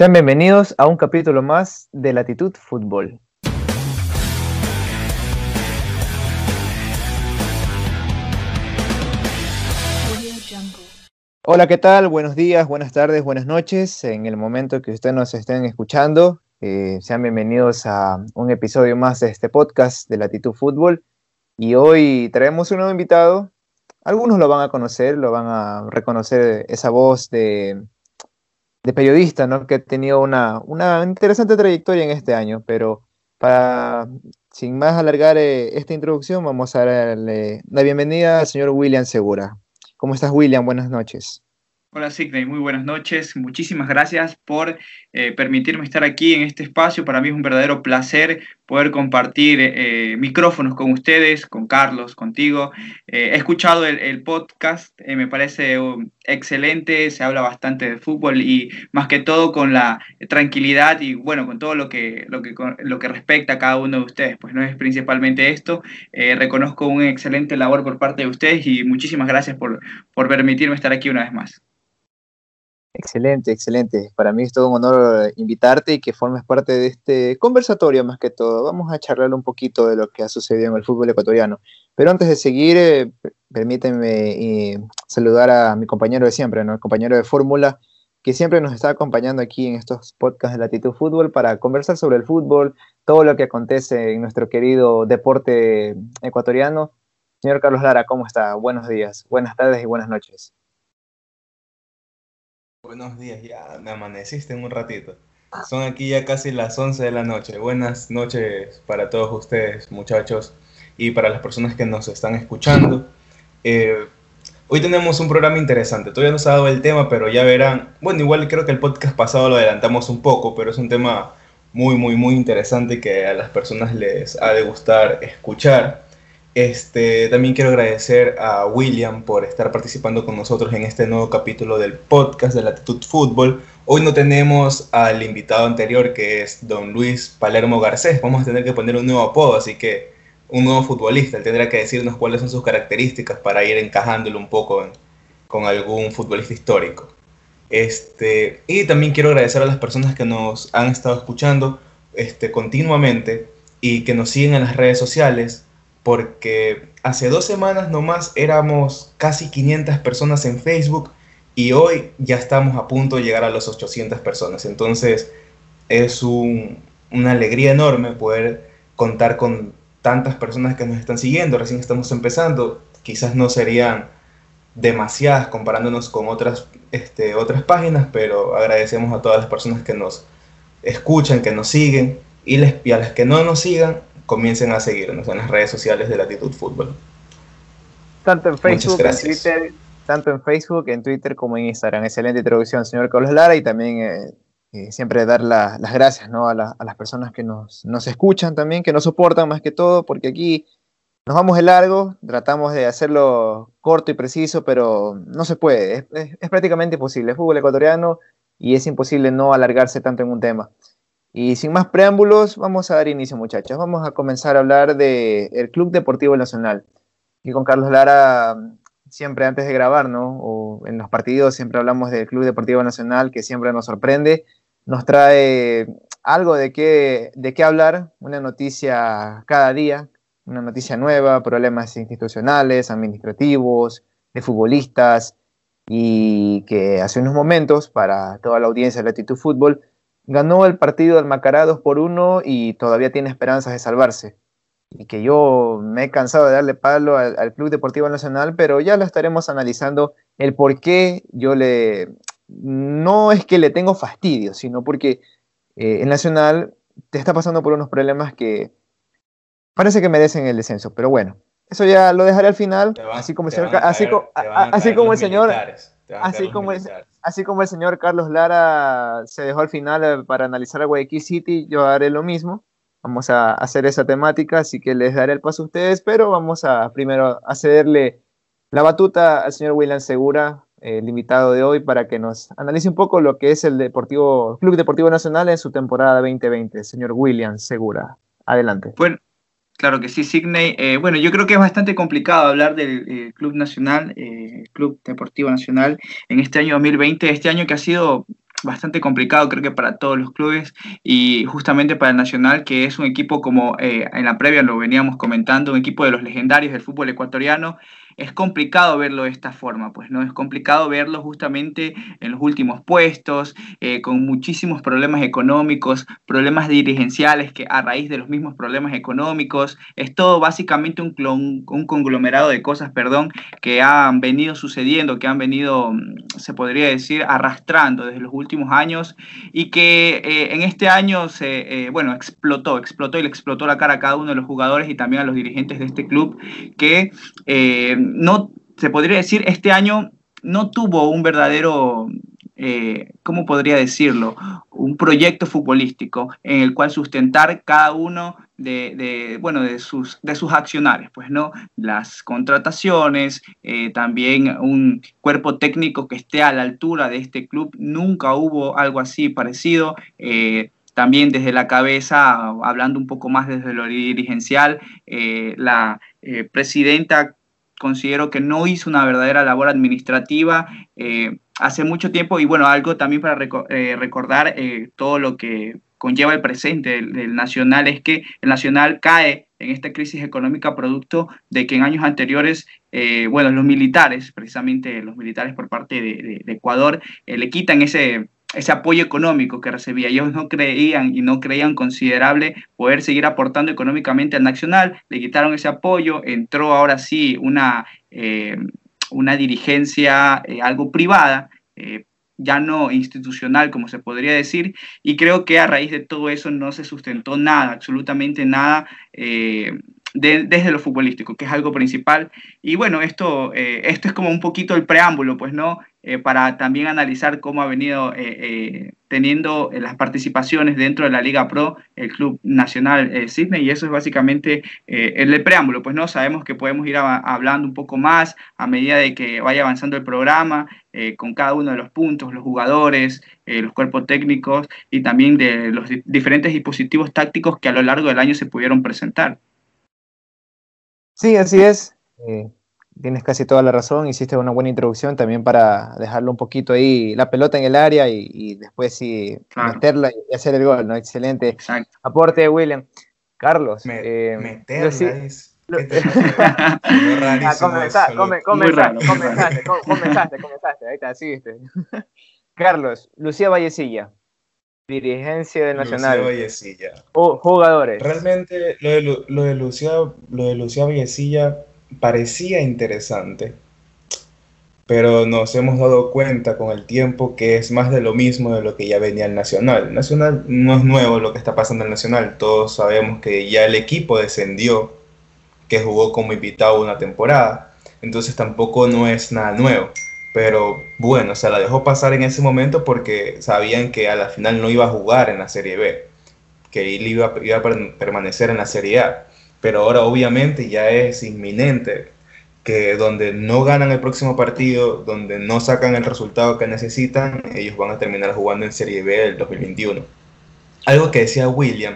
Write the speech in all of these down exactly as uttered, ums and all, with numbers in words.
Sean bienvenidos a un capítulo más de Latitud Fútbol. Hola, ¿qué tal? Buenos días, buenas tardes, buenas noches. En el momento que ustedes nos estén escuchando, eh, sean bienvenidos a un episodio más de este podcast de Latitud Fútbol. Y hoy traemos un nuevo invitado. Algunos lo van a conocer, lo van a reconocer, esa voz de... de periodista, ¿no? Que ha tenido una, una interesante trayectoria en este año, pero para, sin más alargar eh, esta introducción, vamos a darle la bienvenida al señor William Segura. ¿Cómo estás, William? Buenas noches. Hola Sidney, muy buenas noches. Muchísimas gracias por eh, permitirme estar aquí en este espacio. Para mí es un verdadero placer poder compartir eh, micrófonos con ustedes, con Carlos, contigo. Eh, he escuchado el, el podcast, eh, me parece um, excelente, se habla bastante de fútbol y más que todo con la tranquilidad y bueno, con todo lo que, lo que, lo que respecta a cada uno de ustedes. Pues no es principalmente esto. Eh, reconozco una excelente labor por parte de ustedes y muchísimas gracias por, por permitirme estar aquí una vez más. Excelente, excelente. Para mí es todo un honor invitarte y que formes parte de este conversatorio más que todo. Vamos a charlar un poquito de lo que ha sucedido en el fútbol ecuatoriano. Pero antes de seguir, eh, permítanme eh, saludar a mi compañero de siempre, ¿no? El compañero de fórmula, que siempre nos está acompañando aquí en estos podcasts de Latitud Fútbol para conversar sobre el fútbol, todo lo que acontece en nuestro querido deporte ecuatoriano. Señor Carlos Lara, ¿cómo está? Buenos días, buenas tardes y buenas noches. Buenos días, ya me amaneciste en un ratito. Son aquí ya casi las once de la noche. Buenas noches para todos ustedes, muchachos, y para las personas que nos están escuchando. Eh, hoy tenemos un programa interesante. Todavía no se ha dado el tema, pero ya verán. Bueno, igual creo que el podcast pasado lo adelantamos un poco, pero es un tema muy, muy, muy interesante que a las personas les ha de gustar escuchar. Este, también quiero agradecer a William por estar participando con nosotros en este nuevo capítulo del podcast de Latitud Fútbol. Hoy no tenemos al invitado anterior, que es don Luis Palermo Garcés. Vamos a tener que poner un nuevo apodo, así que un nuevo futbolista. Él tendrá que decirnos cuáles son sus características para ir encajándolo un poco en, con algún futbolista histórico. Este, y también quiero agradecer a las personas que nos han estado escuchando este, continuamente y que nos siguen en las redes sociales, porque hace dos semanas nomás éramos casi quinientas personas en Facebook y hoy ya estamos a punto de llegar a las ochocientas personas. Entonces es un, una alegría enorme poder contar con tantas personas que nos están siguiendo. Recién estamos empezando, quizás no serían demasiadas comparándonos con otras, este, otras páginas, pero agradecemos a todas las personas que nos escuchan, que nos siguen, y, les, y a las que no nos sigan, comiencen a seguirnos en las redes sociales de Latitud Fútbol. Tanto en Facebook, en Twitter, tanto en Facebook, en Twitter como en Instagram. Excelente introducción, señor Carlos Lara, y también eh, eh, siempre dar la, las gracias, ¿no? a, la, a las personas que nos, nos escuchan también, que nos soportan más que todo, porque aquí nos vamos de largo, tratamos de hacerlo corto y preciso, pero no se puede, es, es, es prácticamente imposible. Es fútbol ecuatoriano y es imposible no alargarse tanto en un tema. Y sin más preámbulos, vamos a dar inicio, muchachos. Vamos a comenzar a hablar del Club Deportivo Nacional. Y con Carlos Lara, siempre antes de grabar, ¿no? O en los partidos siempre hablamos del Club Deportivo Nacional, que siempre nos sorprende. Nos trae algo de qué, de qué hablar, una noticia cada día, una noticia nueva, problemas institucionales, administrativos, de futbolistas, y que hace unos momentos, para toda la audiencia de Latitud Fútbol, ganó el partido del Macará dos por uno y todavía tiene esperanzas de salvarse. Y que yo me he cansado de darle palo al, al Club Deportivo Nacional, pero ya lo estaremos analizando el por qué yo le... No es que le tengo fastidio, sino porque eh, el Nacional te está pasando por unos problemas que parece que merecen el descenso. Pero bueno, eso ya lo dejaré al final, Te van, así como el te señor... van a Así, caer, co, te van a así caer como el los señor... militares, te van a caer Así los como, el, militares. así como el señor Carlos Lara se dejó al final eh, para analizar a Guayaquil City, yo haré lo mismo. Vamos a hacer esa temática, así que les daré el paso a ustedes, pero vamos a primero a cederle la batuta al señor William Segura, eh, el invitado de hoy, para que nos analice un poco lo que es el Deportivo, Club Deportivo Nacional en su temporada veinte veinte. Señor William Segura, adelante. Bueno, claro que sí, Sidney. Eh, bueno, yo creo que es bastante complicado hablar del eh, Club Nacional, eh, Club Deportivo Nacional, en este año dos mil veinte, este año que ha sido bastante complicado, creo que para todos los clubes y justamente para el Nacional, que es un equipo como eh, en la previa lo veníamos comentando, un equipo de los legendarios del fútbol ecuatoriano. Es complicado verlo de esta forma, pues no es complicado verlo justamente en los últimos puestos, eh, con muchísimos problemas económicos, problemas dirigenciales que a raíz de los mismos problemas económicos, es todo básicamente un, clon, un conglomerado de cosas, perdón, que han venido sucediendo, que han venido, se podría decir, arrastrando desde los últimos años y que eh, en este año se, eh, bueno, explotó, explotó y le explotó la cara a cada uno de los jugadores y también a los dirigentes de este club que eh, no, se podría decir, este año no tuvo un verdadero, eh, ¿cómo podría decirlo? Un proyecto futbolístico en el cual sustentar cada uno de, de, bueno, de, sus, de sus accionarios, pues, ¿no? Las contrataciones, eh, también un cuerpo técnico que esté a la altura de este club, nunca hubo algo así parecido, eh, también desde la cabeza, hablando un poco más desde lo dirigencial, eh, la eh, presidenta considero que no hizo una verdadera labor administrativa eh, hace mucho tiempo y bueno, algo también para reco eh, recordar eh, todo lo que conlleva el presente del, del Nacional es que el Nacional cae en esta crisis económica producto de que en años anteriores, eh, bueno, los militares, precisamente los militares por parte de, de, de Ecuador, eh, le quitan ese ese apoyo económico que recibía. Ellos no creían y no creían considerable poder seguir aportando económicamente al Nacional, le quitaron ese apoyo, entró ahora sí una, eh, una dirigencia eh, algo privada, eh, ya no institucional, como se podría decir, y creo que a raíz de todo eso no se sustentó nada, absolutamente nada, eh, de, desde lo futbolístico, que es algo principal. Y bueno, esto, eh, esto es como un poquito el preámbulo, pues, ¿no? Eh, para también analizar cómo ha venido eh, eh, teniendo las participaciones dentro de la Liga Pro, el Club Nacional eh, Sydney, y eso es básicamente eh, el, el preámbulo, pues no, sabemos que podemos ir a, hablando un poco más a medida de que vaya avanzando el programa, eh, con cada uno de los puntos, los jugadores, eh, los cuerpos técnicos y también de los di diferentes dispositivos tácticos que a lo largo del año se pudieron presentar. Sí, así es. Eh, tienes casi toda la razón. Hiciste una buena introducción también para dejarlo un poquito ahí, la pelota en el área y, y después sí claro. meterla y hacer el gol, ¿no? Excelente Exacto. aporte de William. Carlos. Me, eh, meterla sí, es... ¿Qué te ah, comenzaste, comenzaste, comenzaste, comenzaste, comenzaste, ahí está, seguiste. Carlos, Lucía Vallecilla. Dirigencia del Nacional. Lucía Vallecilla. O, jugadores. Realmente lo de, lo, de Lucía, lo de Lucía Vallecilla parecía interesante, pero nos hemos dado cuenta con el tiempo que es más de lo mismo de lo que ya venía el Nacional. El Nacional no es nuevo lo que está pasando en el Nacional. Todos sabemos que ya el equipo descendió, que jugó como invitado una temporada. Entonces tampoco no es nada nuevo. Pero bueno, se la dejó pasar en ese momento porque sabían que a la final no iba a jugar en la Serie B, que él iba, iba a permanecer en la Serie A. Pero ahora obviamente ya es inminente que donde no ganan el próximo partido, donde no sacan el resultado que necesitan, ellos van a terminar jugando en Serie B el dos mil veintiuno. Algo que decía William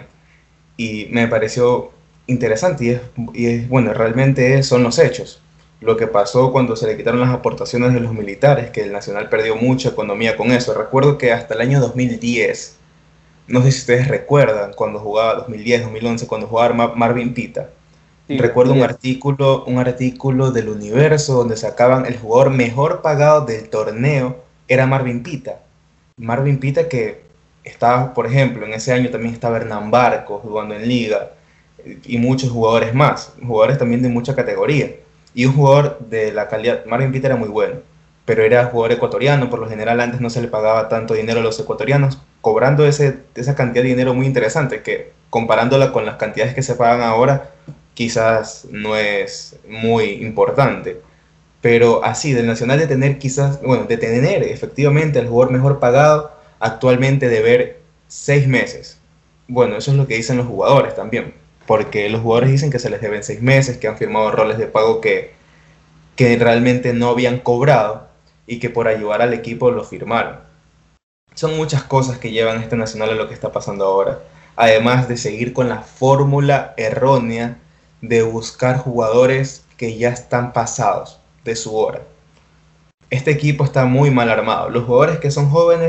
y me pareció interesante y es, y es bueno, realmente son los hechos. Lo que pasó cuando se le quitaron las aportaciones de los militares, que el Nacional perdió mucha economía con eso. Recuerdo que hasta el año dos mil diez, no sé si ustedes recuerdan, cuando jugaba dos mil diez, dos mil once, cuando jugaba Mar Marvin Pita. Sí, recuerdo un artículo, un artículo del Universo donde sacaban el jugador mejor pagado del torneo, era Marvin Pita. Marvin Pita que estaba, por ejemplo, en ese año también estaba Hernán Barcos jugando en Liga y muchos jugadores más, jugadores también de mucha categoría. Y un jugador de la calidad, Marvin Pita era muy bueno, pero era jugador ecuatoriano, por lo general antes no se le pagaba tanto dinero a los ecuatorianos, cobrando ese, esa cantidad de dinero muy interesante, que comparándola con las cantidades que se pagan ahora, quizás no es muy importante. Pero así, del Nacional de tener quizás, bueno, de tener efectivamente al jugador mejor pagado, actualmente de ver seis meses. Bueno, eso es lo que dicen los jugadores también. Porque los jugadores dicen que se les deben seis meses, que han firmado roles de pago que, que realmente no habían cobrado y que por ayudar al equipo lo firmaron. Son muchas cosas que llevan a este Nacional a lo que está pasando ahora. Además de seguir con la fórmula errónea de buscar jugadores que ya están pasados de su hora. Este equipo está muy mal armado. Los jugadores que son jóvenes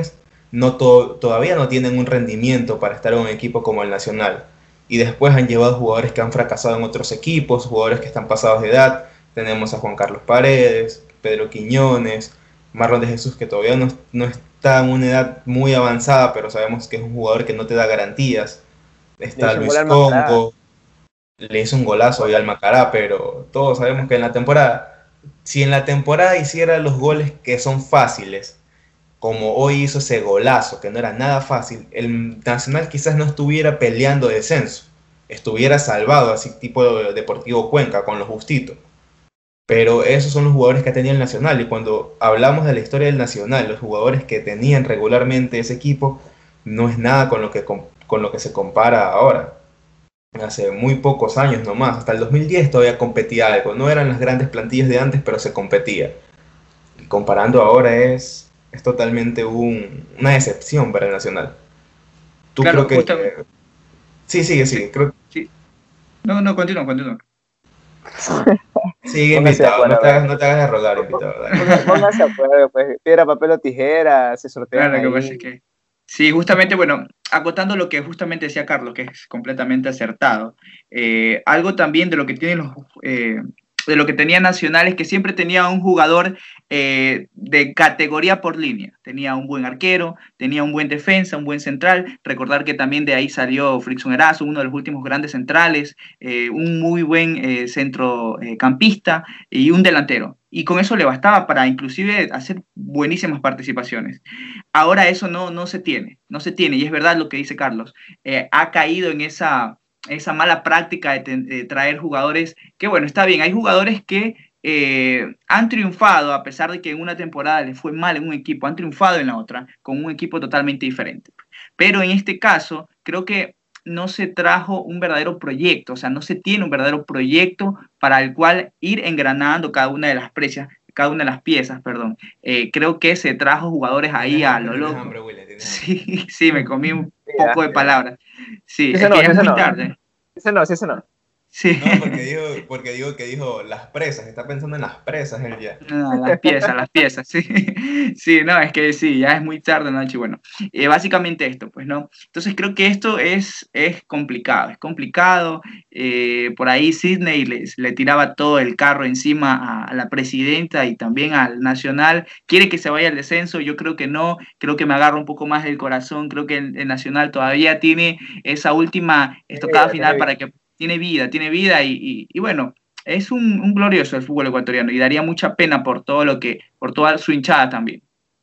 no to todavía no tienen un rendimiento para estar en un equipo como el Nacional. Y después han llevado jugadores que han fracasado en otros equipos, jugadores que están pasados de edad. Tenemos a Juan Carlos Paredes, Pedro Quiñones, Marlon de Jesús, que todavía no, no está en una edad muy avanzada, pero sabemos que es un jugador que no te da garantías. Está Luis Congo, le hizo un golazo hoy al Macará, pero todos sabemos que en la temporada, si en la temporada hiciera los goles que son fáciles, como hoy hizo ese golazo, que no era nada fácil, el Nacional quizás no estuviera peleando descenso, estuviera salvado, así tipo Deportivo Cuenca, con lo justito. Pero esos son los jugadores que tenía el Nacional, y cuando hablamos de la historia del Nacional, los jugadores que tenían regularmente ese equipo, no es nada con lo que, con, con lo que se compara ahora. Hace muy pocos años nomás, hasta el dos mil diez todavía competía algo, no eran las grandes plantillas de antes, pero se competía. Y comparando ahora es... es totalmente un, una decepción para el Nacional. ¿Tú claro, creo que...? Justamente... Sí, sigue, sigue. Sí, creo... sí. No, no, continúa, continúa. Sigue, invitado, no te, hagas, no te hagas de rogar, invitado. Póngase a prueba, pues, piedra, papel o tijera, se sortean claro, ahí. Que pasa es que... Sí, justamente, bueno, acotando lo que justamente decía Carlos, que es completamente acertado, eh, algo también de lo que tienen los... Eh, de lo que tenía Nacional es que siempre tenía un jugador eh, de categoría por línea. Tenía un buen arquero, tenía un buen defensa, un buen central. Recordar que también de ahí salió Frickson Erazo, uno de los últimos grandes centrales, eh, un muy buen eh, centrocampista y un delantero. Y con eso le bastaba para inclusive hacer buenísimas participaciones. Ahora eso no, no se tiene, no se tiene. Y es verdad lo que dice Carlos. Eh, ha caído en esa... esa mala práctica de, de traer jugadores que, bueno, está bien, hay jugadores que eh, han triunfado a pesar de que en una temporada les fue mal en un equipo, han triunfado en la otra con un equipo totalmente diferente. Pero en este caso, creo que no se trajo un verdadero proyecto, o sea, no se tiene un verdadero proyecto para el cual ir engranando cada una de las piezas, cada una de las piezas, perdón. Eh, creo que se trajo jugadores ahí a lo loco. Hambre, Willy, sí, sí, me comí un poco de palabras. Sí, es no, que ya es muy no. tarde. Ese no, sí, ese no. Sí. No, porque digo, porque digo que dijo las presas, está pensando en las presas él ya. No, las piezas, las piezas, sí. Sí, no, es que sí, ya es muy tarde, ¿no? Y bueno, eh, básicamente esto, pues, ¿no? Entonces creo que esto es, es complicado, es complicado. Eh, por ahí Sidney le, le tiraba todo el carro encima a, a la presidenta y también al Nacional. Quiere que se vaya al descenso, yo creo que no, creo que me agarra un poco más del corazón, creo que el, el Nacional todavía tiene esa última estocada final para que... Tiene vida, tiene vida y, y, y bueno, es un, un glorioso el fútbol ecuatoriano y daría mucha pena por todo lo que, por toda su hinchada también.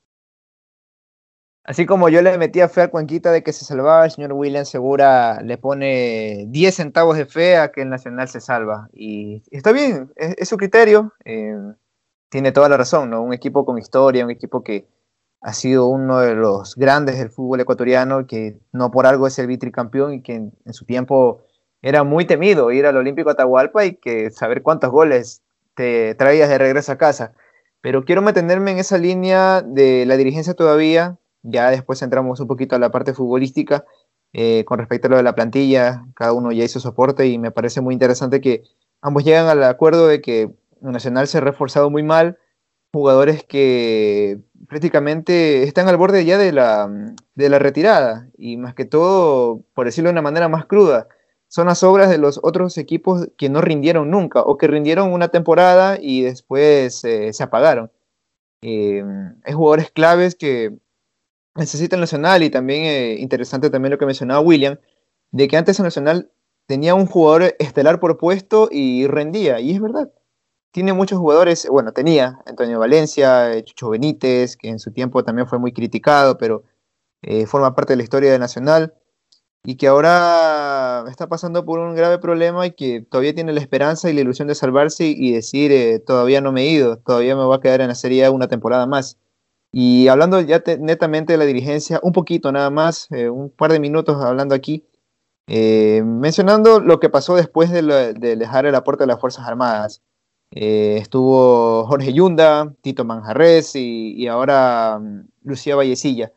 Así como yo le metía fe a Cuenquita de que se salvaba, el señor William Segura le pone diez centavos de fe a que el Nacional se salva. Y está bien, es, es su criterio, eh, tiene toda la razón, ¿no? Un equipo con historia, un equipo que ha sido uno de los grandes del fútbol ecuatoriano, que no por algo es el vitricampeón y que en, en su tiempo era muy temido ir al Olímpico Atahualpa y que saber cuántos goles te traías de regreso a casa. Pero quiero mantenerme en esa línea de la dirigencia todavía, ya después entramos un poquito a la parte futbolística, eh, con respecto a lo de la plantilla, cada uno ya hizo su aporte y me parece muy interesante que ambos llegan al acuerdo de que Nacional se ha reforzado muy mal, jugadores que prácticamente están al borde ya de la, de la retirada y más que todo, por decirlo de una manera más cruda, son las obras de los otros equipos que no rindieron nunca o que rindieron una temporada y después eh, se apagaron. Eh, hay jugadores claves que necesita el Nacional y también eh, interesante también lo que mencionaba William, de que antes el Nacional tenía un jugador estelar por puesto y rendía, y es verdad. Tiene muchos jugadores, bueno, tenía Antonio Valencia, eh, Chucho Benítez, que en su tiempo también fue muy criticado, pero eh, forma parte de la historia del Nacional, y que ahora está pasando por un grave problema y que todavía tiene la esperanza y la ilusión de salvarse y, y decir, eh, todavía no me he ido, todavía me voy a quedar en la Serie A una temporada más. Y hablando ya te, netamente de la dirigencia, un poquito nada más, eh, un par de minutos hablando aquí, eh, mencionando lo que pasó después de, la, de dejar el aporte de las Fuerzas Armadas. Eh, estuvo Jorge Yunda, Tito Manjarrés y, y ahora um, Lucía Vallecilla.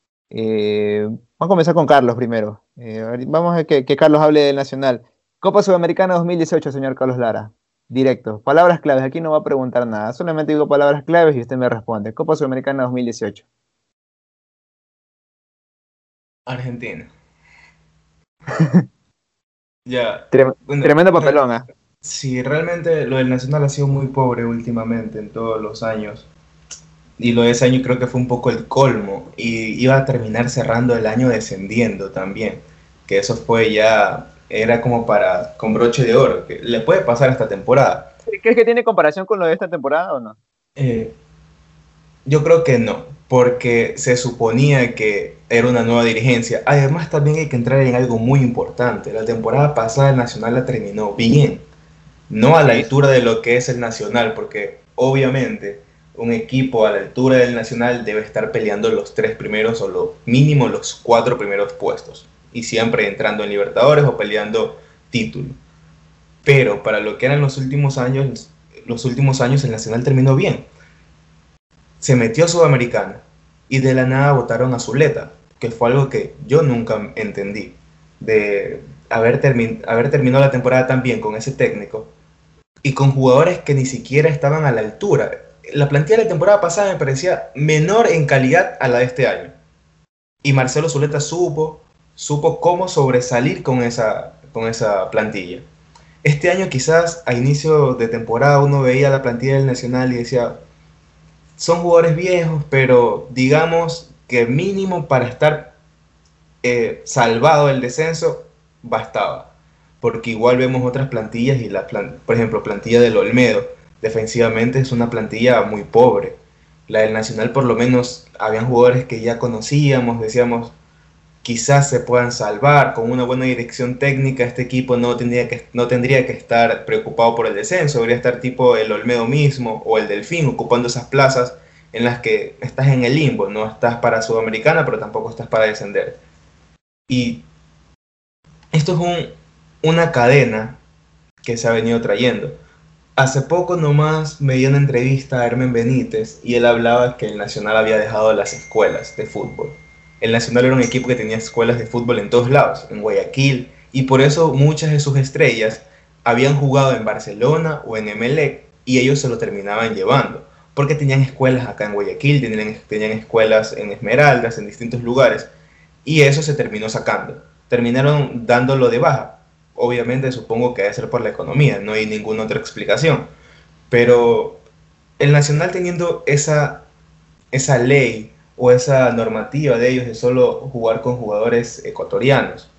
Eh, vamos a comenzar con Carlos primero. Eh, vamos a que, que Carlos hable del Nacional. Copa Sudamericana dos mil dieciocho, señor Carlos Lara. Directo. Palabras claves. Aquí no va a preguntar nada. Solamente digo palabras claves y usted me responde. Copa Sudamericana dos mil dieciocho. Argentina. Ya. Trem- Bueno, tremendo re- papelón, ¿ah? sí, realmente lo del Nacional ha sido muy pobre últimamente en todos los años. Y lo de ese año creo que fue un poco el colmo. Y iba a terminar cerrando el año descendiendo también. Que eso fue ya, era como para, con broche de oro, que le puede pasar esta temporada. ¿Crees que tiene comparación con lo de esta temporada o no? Eh, yo creo que no, porque se suponía que era una nueva dirigencia. Además también hay que entrar en algo muy importante. La temporada pasada el Nacional la terminó bien. No a la Sí, altura de lo que es el Nacional, porque obviamente un equipo a la altura del Nacional debe estar peleando los tres primeros o lo mínimo los cuatro primeros puestos y siempre entrando en Libertadores o peleando título. Pero para lo que eran los últimos años, los últimos años el Nacional terminó bien. Se metió a Sudamericana y de la nada votaron a Zuleta, que fue algo que yo nunca entendí, de haber, termi haber terminado la temporada tan bien con ese técnico y con jugadores que ni siquiera estaban a la altura. La plantilla de la temporada pasada me parecía menor en calidad a la de este año. Y Marcelo Zuleta supo, supo cómo sobresalir con esa, con esa plantilla. Este año quizás a inicio de temporada uno veía la plantilla del Nacional y decía, son jugadores viejos, pero digamos que mínimo para estar eh, salvado del descenso bastaba. Porque igual vemos otras plantillas y la plan por ejemplo, plantilla del Olmedo, defensivamente es una plantilla muy pobre. La del Nacional por lo menos habían jugadores que ya conocíamos, decíamos, quizás se puedan salvar, con una buena dirección técnica este equipo no tendría que, no tendría que estar preocupado por el descenso, debería estar tipo el Olmedo mismo o el Delfín ocupando esas plazas en las que estás en el limbo, no estás para Sudamericana pero tampoco estás para descender. Y esto es un, una cadena que se ha venido trayendo. Hace poco nomás me dio una entrevista a Hermen Benítez y él hablaba que el Nacional había dejado las escuelas de fútbol. El Nacional era un equipo que tenía escuelas de fútbol en todos lados, en Guayaquil, y por eso muchas de sus estrellas habían jugado en Barcelona o en Emelec y ellos se lo terminaban llevando, porque tenían escuelas acá en Guayaquil, tenían, tenían escuelas en Esmeraldas, en distintos lugares, y eso se terminó sacando. Terminaron dándolo de baja. Obviamente supongo que debe ser por la economía, no hay ninguna otra explicación. Pero el Nacional teniendo esa, esa ley o esa normativa de ellos de solo jugar con jugadores ecuatorianos,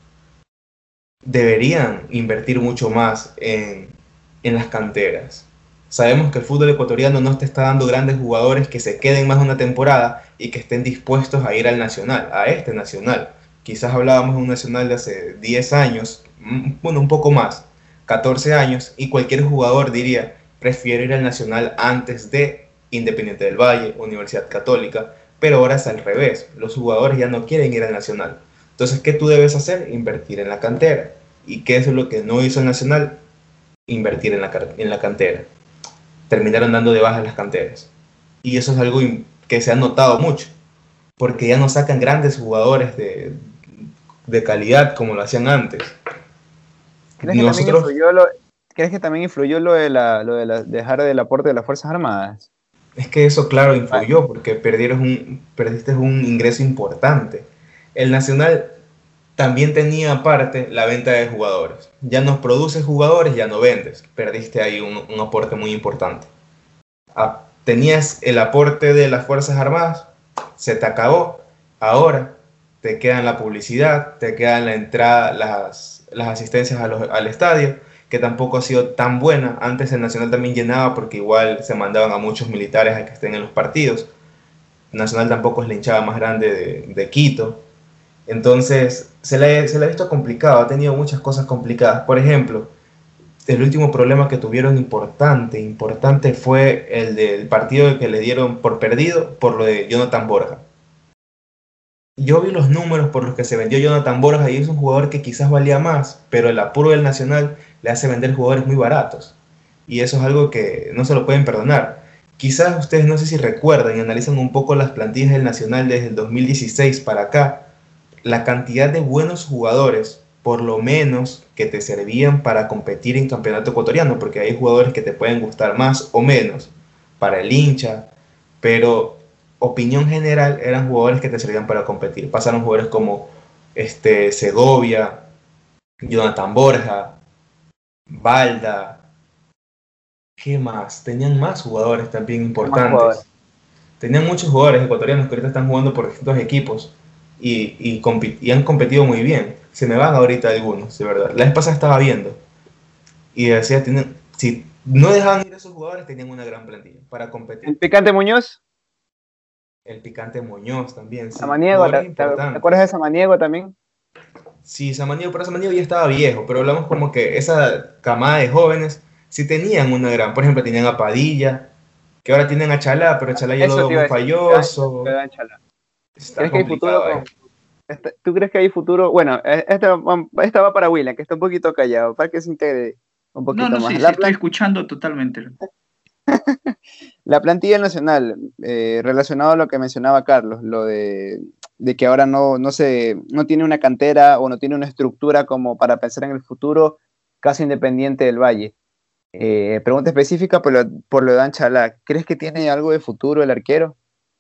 deberían invertir mucho más en, en las canteras. Sabemos que el fútbol ecuatoriano no te está dando grandes jugadores que se queden más de una temporada y que estén dispuestos a ir al Nacional, a este Nacional. Quizás hablábamos de un Nacional de hace diez años, bueno, un poco más, catorce años, y cualquier jugador diría, prefiero ir al Nacional antes de Independiente del Valle, Universidad Católica, pero ahora es al revés, los jugadores ya no quieren ir al Nacional. Entonces, ¿qué tú debes hacer? Invertir en la cantera. ¿Y qué es lo que no hizo el Nacional? Invertir en la, en la cantera. Terminaron dando de baja las canteras. Y eso es algo que se ha notado mucho, porque ya no sacan grandes jugadores de, de calidad como lo hacían antes. ¿Crees que, Nosotros... también influyó lo, ¿crees que también influyó lo de, la, lo de la, dejar el aporte de las Fuerzas Armadas? Es que eso, claro, influyó, porque perdieron un, perdiste un ingreso importante. El Nacional también tenía aparte la venta de jugadores. Ya no produces jugadores, ya no vendes. Perdiste ahí un, un aporte muy importante. Ah, tenías el aporte de las Fuerzas Armadas, se te acabó. Ahora te quedan la publicidad, te quedan la entrada, las, las asistencias a los, al estadio, que tampoco ha sido tan buena. Antes el Nacional también llenaba porque igual se mandaban a muchos militares a que estén en los partidos. El Nacional tampoco es la hinchada más grande de, de Quito. Entonces se le, se le ha visto complicado, ha tenido muchas cosas complicadas. Por ejemplo, el último problema que tuvieron importante, importante fue el del partido que le dieron por perdido por lo de Jonathan Borja. Yo vi los números por los que se vendió Jonathan Borja y es un jugador que quizás valía más, pero el apuro del Nacional le hace vender jugadores muy baratos. Y eso es algo que no se lo pueden perdonar. Quizás ustedes no sé si recuerdan y analizan un poco las plantillas del Nacional desde el dos mil dieciséis para acá, la cantidad de buenos jugadores, por lo menos que te servían para competir en campeonato ecuatoriano, porque hay jugadores que te pueden gustar más o menos para el hincha, pero opinión general eran jugadores que te servían para competir. Pasaron jugadores como este, Segovia, Jonathan Borja, Balda. ¿Qué más? Tenían más jugadores también importantes. Jugadores? Tenían muchos jugadores ecuatorianos que ahorita están jugando por distintos equipos y, y, y han competido muy bien. Se me van ahorita algunos, de verdad. La vez pasada estaba viendo y decía, tienen, si no dejaban ir a esos jugadores, tenían una gran plantilla para competir. ¿El Picante Muñoz? El Picante Muñoz también, sí. Samaniego, ¿te, ¿te acuerdas de Samaniego también? Sí, Samaniego, pero Samaniego ya estaba viejo, pero hablamos como que esa camada de jóvenes sí tenían una gran, por ejemplo, tenían a Padilla, que ahora tienen a Chalá, pero Chalá ya lo veo muy falloso. Está complicado. Futuro, este, ¿Tú crees que hay futuro? Bueno, esta, esta va para William, que está un poquito callado, para que se integre un poquito no, no, más. Sí, la sí, estoy escuchando totalmente. La plantilla nacional, eh, relacionado a lo que mencionaba Carlos, lo de, de que ahora no, no, se, no tiene una cantera o no tiene una estructura como para pensar en el futuro, casi independiente del Valle. Eh, pregunta específica por lo, por lo de Anchalá. ¿Crees que tiene algo de futuro el arquero?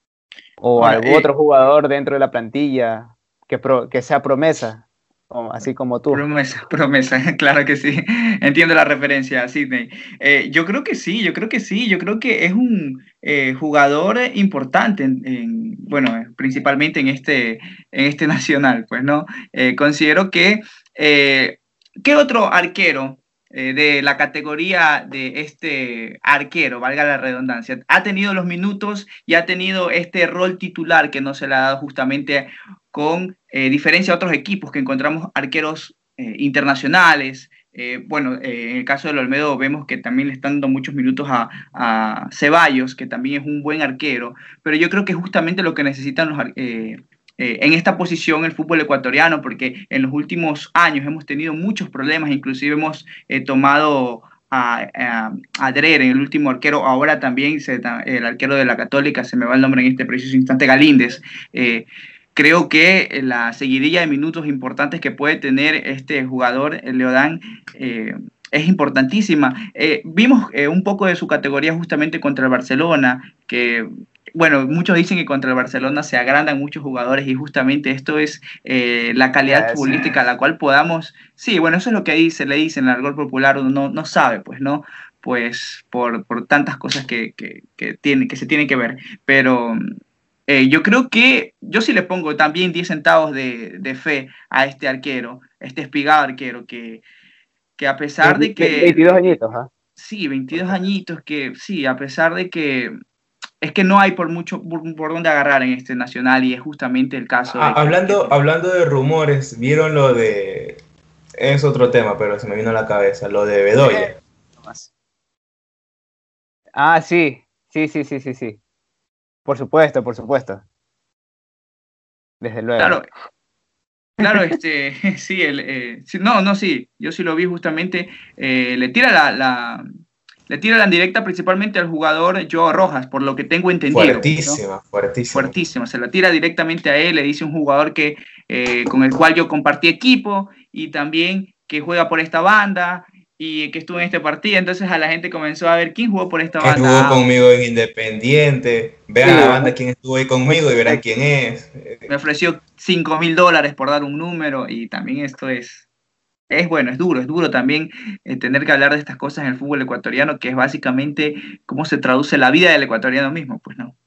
¿O bueno, algún eh, otro jugador dentro de la plantilla que, pro, que sea promesa? Así como tú. Promesa, promesa, claro que sí. Entiendo la referencia, Sidney. Eh, yo creo que sí, yo creo que sí. Yo creo que es un eh, jugador importante, en, en, bueno, principalmente en este, en este nacional, pues, ¿no? Eh, considero que, eh, ¿qué otro arquero eh, de la categoría de este arquero, valga la redundancia, ha tenido los minutos y ha tenido este rol titular que no se le ha dado justamente con eh, diferencia a otros equipos que encontramos arqueros eh, internacionales? Eh, bueno, eh, en el caso del Olmedo vemos que también le están dando muchos minutos a, a Ceballos, que también es un buen arquero, pero yo creo que justamente lo que necesitan los eh, eh, en esta posición el fútbol ecuatoriano, porque en los últimos años hemos tenido muchos problemas, inclusive hemos eh, tomado a, a, a Dreher en el último arquero, ahora también se, el arquero de la Católica, se me va el nombre en este preciso instante, Galíndez. Eh, Creo que la seguidilla de minutos importantes que puede tener este jugador, el Leodán, eh, es importantísima. Eh, vimos eh, un poco de su categoría justamente contra el Barcelona, que, bueno, muchos dicen que contra el Barcelona se agrandan muchos jugadores y justamente esto es eh, la calidad ah, futbolística sí. a la cual podamos... Sí, bueno, eso es lo que dice, le dicen en el argot popular, uno no, no sabe, pues, ¿no? Pues por, por tantas cosas que, que, que, tiene, que se tienen que ver, pero... Eh, yo creo que yo sí le pongo también diez centavos de, de fe a este arquero, este espigado arquero, que, que a pesar de que... veintidós añitos, ¿ah? ¿eh? Sí, veintidós añitos, que sí, a pesar de que es que no hay por mucho por, por dónde agarrar en este nacional y es justamente el caso. Ah, de hablando, que, hablando de rumores, ¿vieron lo de... Es otro tema, pero se me vino a la cabeza, lo de Bedoya? Ah, sí, sí, sí, sí, sí, sí. Por supuesto, por supuesto. Desde luego. Claro, claro, este, sí, el, eh, sí, no, no, sí, yo sí lo vi justamente, eh, le tira la, la, le tira la indirecta principalmente al jugador Joao Rojas, por lo que tengo entendido. Fuertísima, ¿no? fuertísima. Fuertísima, se la tira directamente a él, le dice un jugador que, eh, con el cual yo compartí equipo y también que juega por esta banda y que estuvo en este partido, entonces a la gente comenzó a ver quién jugó por esta ¿Quién banda. Jugó ah, conmigo en Independiente, vean sí, la banda quién estuvo ahí conmigo y verán quién es. Me ofreció cinco mil dólares por dar un número y también esto es, es bueno, es duro, es duro también eh, tener que hablar de estas cosas en el fútbol ecuatoriano, que es básicamente cómo se traduce la vida del ecuatoriano mismo, pues no.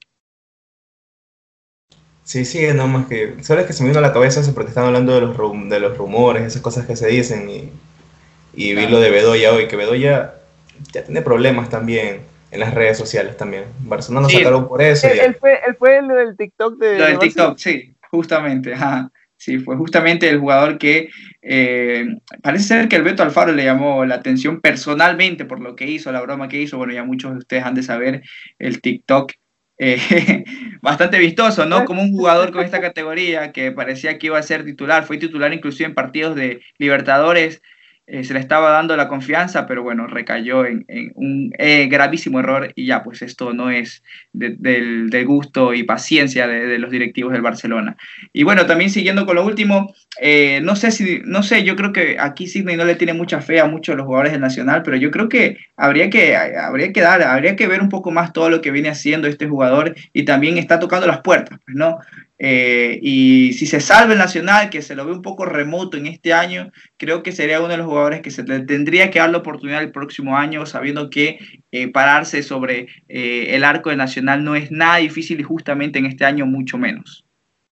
Sí, sí, no más que, sabes que se me vino a la cabeza eso porque están hablando de los, rum, de los rumores, esas cosas que se dicen y... Y claro. Vi lo de Bedoya hoy, que Bedoya ya tiene problemas también en las redes sociales también. Barcelona sí, sacaron por eso. Él, él, fue, él fue el del TikTok de... Lo del TikTok, sí, justamente. Ajá. Sí, fue justamente el jugador que eh, parece ser que el Beto Alfaro le llamó la atención personalmente por lo que hizo, la broma que hizo. Bueno, ya muchos de ustedes han de saber el TikTok. Eh, bastante vistoso, ¿no? Como un jugador con esta categoría que parecía que iba a ser titular. Fue titular inclusive en partidos de Libertadores. Eh, se le estaba dando la confianza, pero bueno, recayó en, en un eh, gravísimo error y ya, pues esto no es de, del, del gusto y paciencia de, de los directivos del Barcelona. Y bueno, también siguiendo con lo último, eh, no sé si, no sé, yo creo que aquí Sidney no le tiene mucha fe a muchos de los jugadores del Nacional, pero yo creo que habría que, habría que dar, habría que ver un poco más todo lo que viene haciendo este jugador y también está tocando las puertas, pues, ¿no? Eh, y si se salva el Nacional, que se lo ve un poco remoto en este año, creo que sería uno de los jugadores que se le tendría que dar la oportunidad el próximo año, sabiendo que eh, pararse sobre eh, el arco del Nacional no es nada difícil y justamente en este año mucho menos.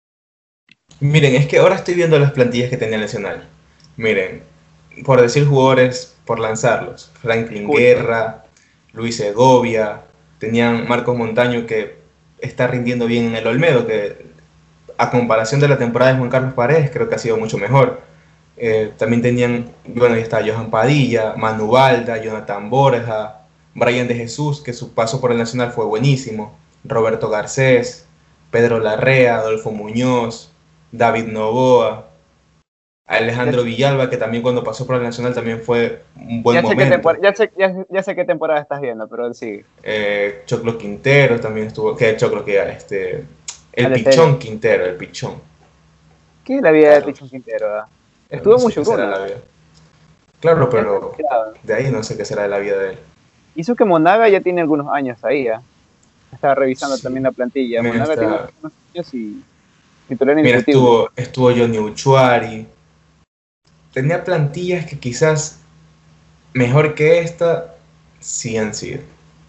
Miren, es que ahora estoy viendo las plantillas que tenía el Nacional. Miren, por decir jugadores, por lanzarlos, Franklin Uy. Guerra, Luis Segovia, tenían Marcos Montaño que está rindiendo bien en el Olmedo, que a comparación de la temporada de Juan Carlos Paredes creo que ha sido mucho mejor. Eh, también tenían, bueno, ahí está Johan Padilla, Manu Balda, Jonathan Borja, Brian de Jesús, que su paso por el Nacional fue buenísimo, Roberto Garcés, Pedro Larrea, Adolfo Muñoz, David Novoa, Alejandro Villalba, que también cuando pasó por el Nacional también fue un buen ya sé momento. Qué ya, sé, ya, ya sé qué temporada estás viendo, pero sigue. Eh, Choclo Quintero también estuvo, que Choclo que era este, el Al Pichón estero. Quintero, el Pichón. ¿Qué es la vida claro. del Pichón Quintero? ¿eh? Estuvo no mucho con Claro, pero de ahí no sé qué será de la vida de él. Hizo que Monaga ya tiene algunos años ahí, ¿eh? Estaba revisando sí. también la plantilla. Mira, Monaga está... tiene algunos años y titular Mira, estuvo, estuvo Johnny Uchuari. Tenía plantillas que quizás mejor que esta sí han sido.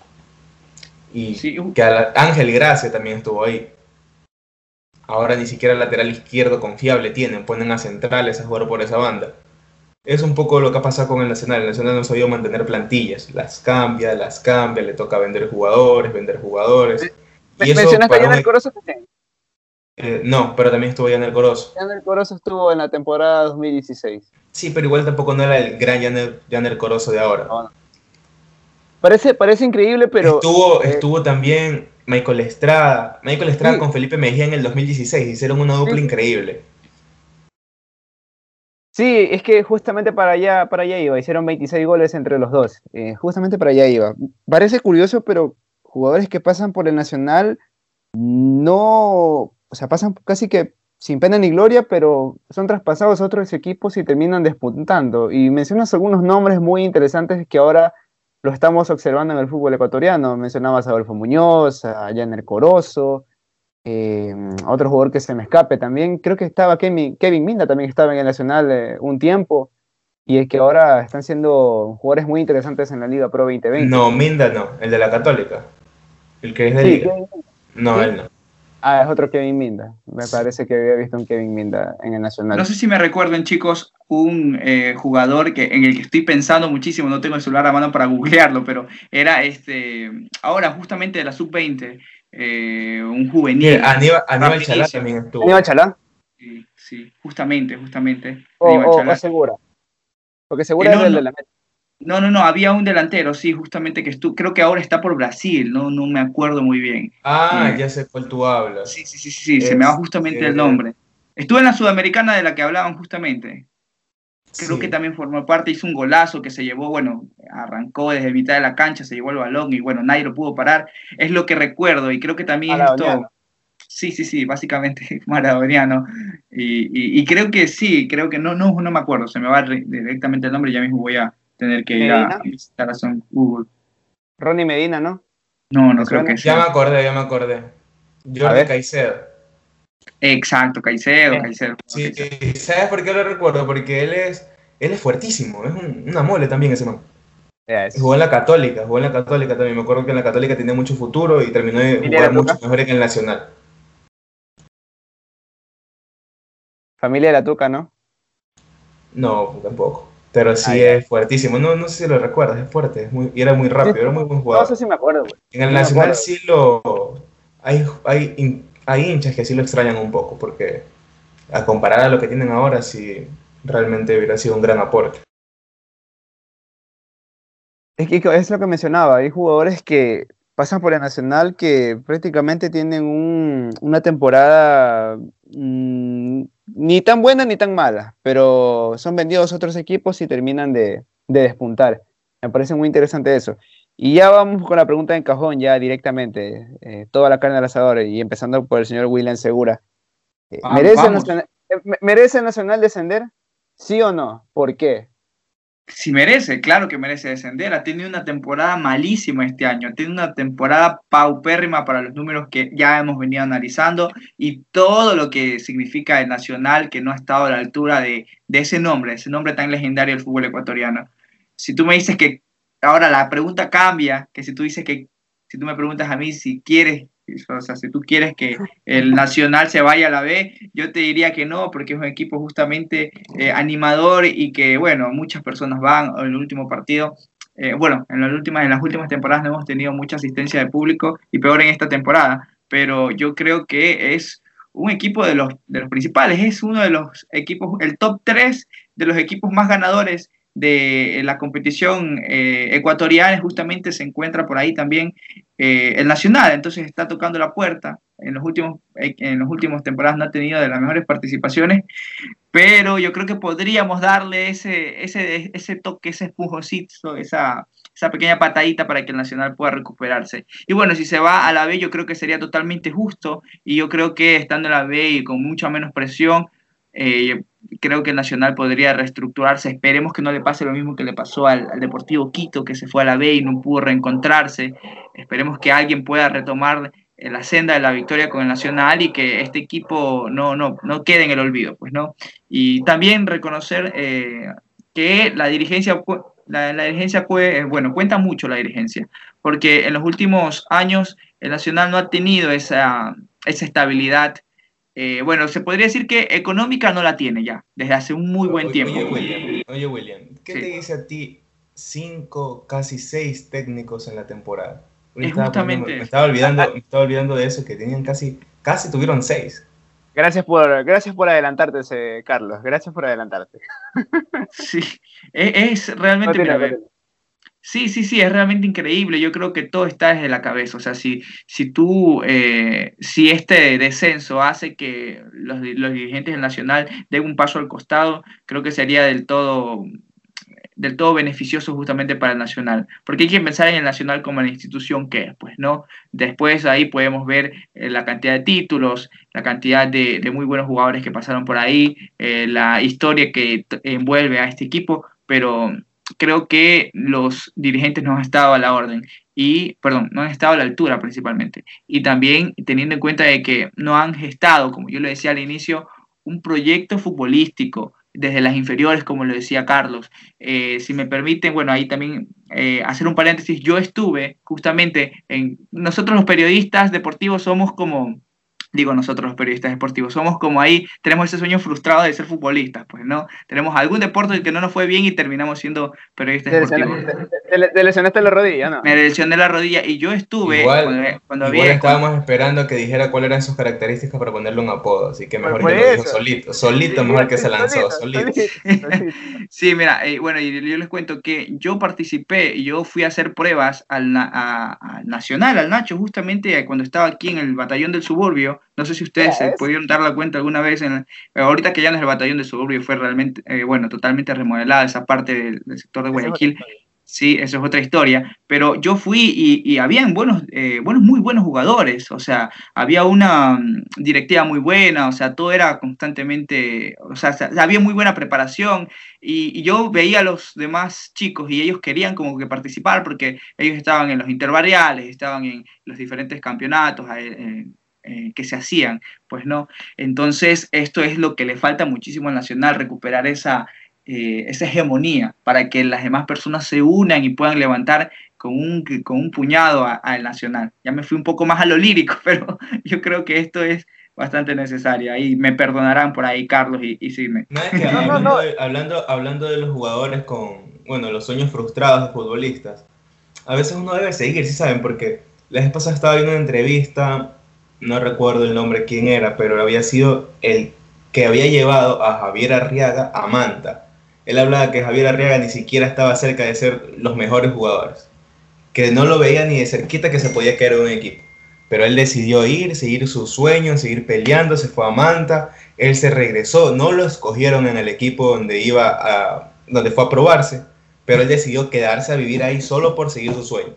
Y sí. que a Ángel Gracia también estuvo ahí. Ahora ni siquiera el lateral izquierdo confiable tienen, ponen a centrales a jugar por esa banda. Es un poco lo que ha pasado con el Nacional. El Nacional no ha sabido mantener plantillas. Las cambia, las cambia, le toca vender jugadores, vender jugadores. ¿Me, y eso ¿Mencionaste a Yanel Corozo también? Eh, no, pero también estuvo Yanel Corozo. Yanel Corozo estuvo en la temporada dos mil dieciséis. Sí, pero igual tampoco no era el gran Yanel, Yanel Corozo de ahora. No, no. Parece, parece increíble, pero... Estuvo, eh, estuvo también Michael Estrada. Michael Estrada sí. con Felipe Mejía en el dos mil dieciséis. Hicieron una dupla sí. increíble. Sí, es que justamente para allá, para allá iba. Hicieron veintiséis goles entre los dos. Eh, justamente para allá iba. Parece curioso, pero jugadores que pasan por el Nacional no... O sea, pasan casi que sin pena ni gloria, pero son traspasados a otros equipos y terminan despuntando. Y mencionas algunos nombres muy interesantes que ahora lo estamos observando en el fútbol ecuatoriano. Mencionabas a Adolfo Muñoz, a Yanel Corozo, eh, a otro jugador que se me escape también. Creo que estaba Kevin, Kevin Minda, también estaba en el Nacional eh, un tiempo. Y es que ahora están siendo jugadores muy interesantes en la Liga Pro veinte veinte. No, Minda no, el de la Católica. El que es de sí, Liga. No, ¿sí? Él no. Ah, es otro Kevin Minda. Me parece que había visto un Kevin Minda en el Nacional. No sé si me recuerdan, chicos, un eh, jugador que, en el que estoy pensando muchísimo, no tengo el celular a mano para googlearlo, pero era este ahora justamente de la sub veinte, eh, un juvenil. Sí, Aníbal, Aníbal Chalá también estuvo. ¿Aníbal Chalá? Sí, sí, justamente, justamente. O, o, o Segura. Porque Segura eh, no, es el no, de la meta. No, no, no, había un delantero, sí, justamente que estuvo, creo que ahora está por Brasil, no, no me acuerdo muy bien. Ah, eh, ya sé cuál tú hablas. Sí, sí, sí, sí, sí se me va justamente eh, el nombre. Estuvo en la Sudamericana de la que hablaban justamente. Creo sí. que también formó parte, hizo un golazo que se llevó, bueno, arrancó desde mitad de la cancha, se llevó el balón y bueno, nadie lo pudo parar. Es lo que recuerdo y creo que también esto... Sí, sí, sí, básicamente maradoniano. Y, y, y creo que sí, creo que no, no, no me acuerdo, se me va directamente el nombre y ya mismo voy a tener que ir a visitar a Son Google. Ronnie Medina, ¿no? No, no creo que sea. Ya me acordé, ya me acordé. Jordi Caicedo. Exacto, Caicedo, eh, Caicedo. Sí, Caicedo. ¿Sabes por qué lo recuerdo? Porque él es, él es fuertísimo, es un, una mole también ese man. Yes. Jugó en la Católica, jugó en la Católica también. Me acuerdo que en la Católica tenía mucho futuro y terminó de jugar mucho mejor que en el Nacional. Familia de la Tuca, ¿no? No, tampoco. Pero sí ah, es fuertísimo. No, no sé si lo recuerdas, es fuerte. Es muy, y era muy rápido, sí, era muy buen jugador. No sé si me acuerdo, güey. En el no Nacional sí lo... Hay, hay, hay hinchas que sí lo extrañan un poco, porque a comparar a lo que tienen ahora, sí realmente hubiera sido un gran aporte. Es que es lo que mencionaba, hay jugadores que pasan por el Nacional que prácticamente tienen un, una temporada mmm, ni tan buena ni tan mala, pero son vendidos a otros equipos y terminan de, de despuntar. Me parece muy interesante eso. Y ya vamos con la pregunta en cajón, ya directamente, eh, toda la carne al asador, y empezando por el señor William Segura. Eh, ¿merece, el Nacional, eh, ¿Merece el Nacional descender? ¿Sí o no? ¿Por qué? Sí merece, claro que merece descender. Ha tenido una temporada malísima este año. Ha tenido una temporada paupérrima para los números que ya hemos venido analizando y todo lo que significa el Nacional, que no ha estado a la altura de, de ese nombre, ese nombre tan legendario del fútbol ecuatoriano. Si tú me dices que ahora la pregunta cambia, que si tú dices que, si tú me preguntas a mí si quieres, o sea, si tú quieres que el Nacional se vaya a la B, yo te diría que no, porque es un equipo justamente eh, animador y que, bueno, muchas personas van en el último partido. Eh, bueno, en las, últimas, en las últimas temporadas no hemos tenido mucha asistencia de público y peor en esta temporada, pero yo creo que es un equipo de los, de los principales, es uno de los equipos, el top tres de los equipos más ganadores de la competición eh, ecuatoriana, justamente se encuentra por ahí también eh, el Nacional, entonces está tocando la puerta. En los últimos en los últimos temporadas no ha tenido de las mejores participaciones, pero yo creo que podríamos darle ese, ese, ese toque, ese espujoncito, esa, esa pequeña patadita para que el Nacional pueda recuperarse. Y bueno, si se va a la B, yo creo que sería totalmente justo, y yo creo que estando en la B y con mucha menos presión, eh, creo que el Nacional podría reestructurarse. Esperemos que no le pase lo mismo que le pasó al, al Deportivo Quito, que se fue a la B y no pudo reencontrarse. Esperemos que alguien pueda retomar la senda de la victoria con el Nacional y que este equipo no, no, no quede en el olvido, pues, ¿no? Y también reconocer eh, que la dirigencia, la, la dirigencia puede, bueno, cuenta mucho la dirigencia, porque en los últimos años el Nacional no ha tenido esa, esa estabilidad. Eh, bueno, se podría decir que económica no la tiene ya, desde hace un muy buen tiempo. Oye, William, oye, William, ¿qué sí. te dice a ti cinco, casi seis técnicos en la temporada? Es Estaba justamente poniendo, me, estaba olvidando, me estaba olvidando de eso, que tenían casi, casi tuvieron seis. Gracias por, gracias por adelantarte, ese, Carlos. Gracias por adelantarte. Sí, es, es realmente, No mira, tiene, sí, sí, sí, es realmente increíble. Yo creo que todo está desde la cabeza. O sea, si, si tú, eh, si este descenso hace que los, los dirigentes del Nacional den un paso al costado, creo que sería del todo, del todo beneficioso justamente para el Nacional. Porque hay que pensar en el Nacional como la institución que es, pues, ¿no? Después ahí podemos ver eh, la cantidad de títulos, la cantidad de, de muy buenos jugadores que pasaron por ahí, eh, la historia que t- envuelve a este equipo, pero creo que los dirigentes no han estado a la orden y, perdón, no han estado a la altura principalmente. Y también teniendo en cuenta de que no han gestado, como yo le decía al inicio, un proyecto futbolístico desde las inferiores, como lo decía Carlos. Eh, si me permiten, bueno, ahí también eh, hacer un paréntesis, yo estuve justamente en, nosotros los periodistas deportivos somos como, digo nosotros los periodistas deportivos, somos como ahí, tenemos ese sueño frustrado de ser futbolistas, pues, ¿no? Tenemos algún deporte que no nos fue bien y terminamos siendo periodistas te deportivos. lesionaste, te, te lesionaste la rodilla, ¿no? Me lesioné la rodilla y yo estuve Igual, cuando, cuando igual había... estábamos Cuando, esperando que dijera cuáles eran sus características para ponerle un apodo, así que mejor Por que lo dijo eso. solito, solito Sí, mejor que sí, se lanzó, solito, solito. solito, solito. Sí, mira, eh, bueno, y yo les cuento que yo participé y yo fui a hacer pruebas al, na- a- al Nacional, al Nacho, justamente cuando estaba aquí en el batallón del suburbio. No sé si ustedes se Era eso. pudieron dar la cuenta alguna vez, en, eh, ahorita que ya no es el batallón del suburbio, fue realmente, eh, bueno, totalmente remodelada esa parte del, del sector de Esa es otra Guayaquil. historia. Sí, eso es otra historia, pero yo fui y, y habían buenos, eh, buenos, muy buenos jugadores, o sea, había una mm, directiva muy buena, o sea, todo era constantemente, o sea, sa- había muy buena preparación y, y yo veía a los demás chicos y ellos querían como que participar porque ellos estaban en los interbarriales, estaban en los diferentes campeonatos eh, eh, eh, que se hacían, pues no, entonces esto es lo que le falta muchísimo al Nacional, recuperar esa eh, esa hegemonía para que las demás personas se unan y puedan levantar con un, con un puñado al Nacional. Ya me fui un poco más a lo lírico, pero yo creo que esto es bastante necesario. Ahí me perdonarán por ahí Carlos y, y Sidney. Nada, es que No, no, hablando no. de, hablando, hablando de los jugadores con, bueno, los sueños frustrados de futbolistas, a veces uno debe seguir, ¿sí saben? Porque la vez pasada estaba viendo una entrevista, no recuerdo el nombre quién era, pero había sido el que había llevado a Javier Arriaga a Manta. Él hablaba que Javier Arriaga ni siquiera estaba cerca de ser los mejores jugadores, que no lo veía ni de cerquita que se podía caer en un equipo. Pero él decidió ir, seguir sus sueños, seguir peleando, se fue a Manta, él se regresó, no lo escogieron en el equipo donde iba a, donde fue a probarse, pero él decidió quedarse a vivir ahí solo por seguir su sueño.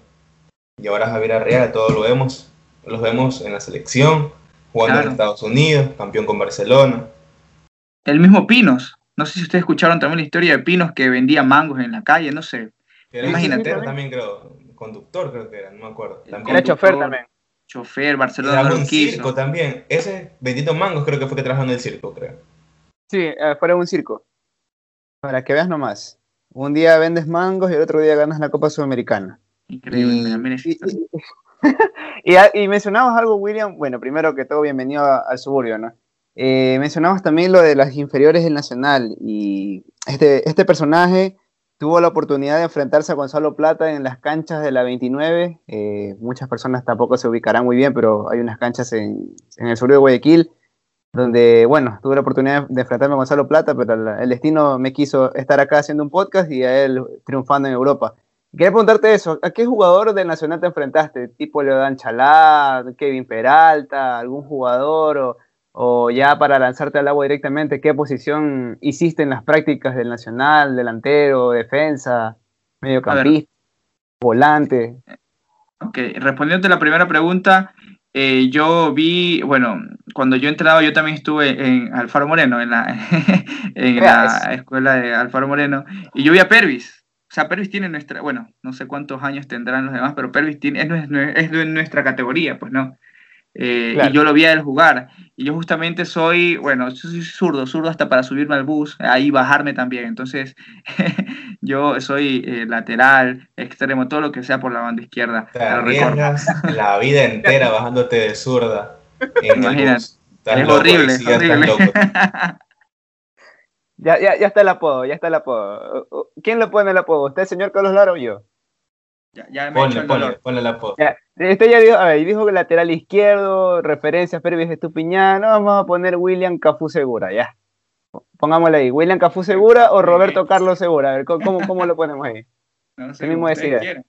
Y ahora Javier Arriaga, todos lo vemos, los vemos en la selección, jugando Claro. en Estados Unidos, campeón con Barcelona. El mismo Pinos. No sé si ustedes escucharon también la historia de Pinos que vendía mangos en la calle, no sé. Era Imagínate. Imagínate. También creo, conductor creo que era, no me acuerdo. También. Era chofer también. Chofer, Barcelona Era no un lo quiso. circo también. Ese vendiendo mangos creo que fue que trabajó en el circo, creo. Sí, eh, fuera un circo. Para que veas nomás. Un día vendes mangos y el otro día ganas la Copa Sudamericana. Increíble, Y, también es y, y, y, y mencionabas algo, William. Bueno, primero que todo, bienvenido a, al suburbio, ¿no? Eh, mencionabas también lo de las inferiores del Nacional. Y este, este personaje tuvo la oportunidad de enfrentarse a Gonzalo Plata en las canchas de la veintinueve. Eh, muchas personas tampoco se ubicarán muy bien, pero hay unas canchas en, en el sur de Guayaquil, donde, bueno, tuve la oportunidad de enfrentarme a Gonzalo Plata, pero el, el destino me quiso estar acá haciendo un podcast y a él triunfando en Europa. Quería preguntarte eso, ¿a qué jugador del Nacional te enfrentaste? ¿Tipo Leodán Chalá, Kevin Peralta, algún jugador o, o ya para lanzarte al agua directamente, qué posición hiciste en las prácticas del Nacional? ¿Delantero, defensa, mediocampista, volante? Ok, respondiendo a la primera pregunta, eh, yo vi, bueno, cuando yo entraba yo también estuve en Alfaro Moreno, en la, en la escuela de Alfaro Moreno, y yo vi a Pervis. O sea, Pervis tiene nuestra, bueno, no sé cuántos años tendrán los demás, pero Pervis tiene, es, es de nuestra categoría, pues, ¿no? Eh, claro. Y yo lo vi a él jugar. Y yo justamente soy, bueno, yo soy zurdo, zurdo hasta para subirme al bus, ahí bajarme también. Entonces, yo soy eh, lateral, extremo, todo lo que sea por la banda izquierda. Te arriesgas la vida entera bajándote de zurda en el bus. Estás es loco, horrible, sí, es horrible. Ya, estás loco. Ya, ya, ya está el apodo, ya está el apodo. ¿Quién le pone el apodo? ¿Usted, señor Carlos Lara, o yo? Ya, ya me ponle, he hecho el ponle, dolor. ponle el apodo. Ya, usted ya dijo, a ver, dijo que lateral izquierdo, referencia a Pervis Estupiñán, no, vamos a poner William Cafú Segura, ya. Pongámosle ahí, William Cafú Segura o Roberto Carlos Segura, a ver, ¿cómo, cómo lo ponemos ahí? No sé, el mismo decide. Quieren.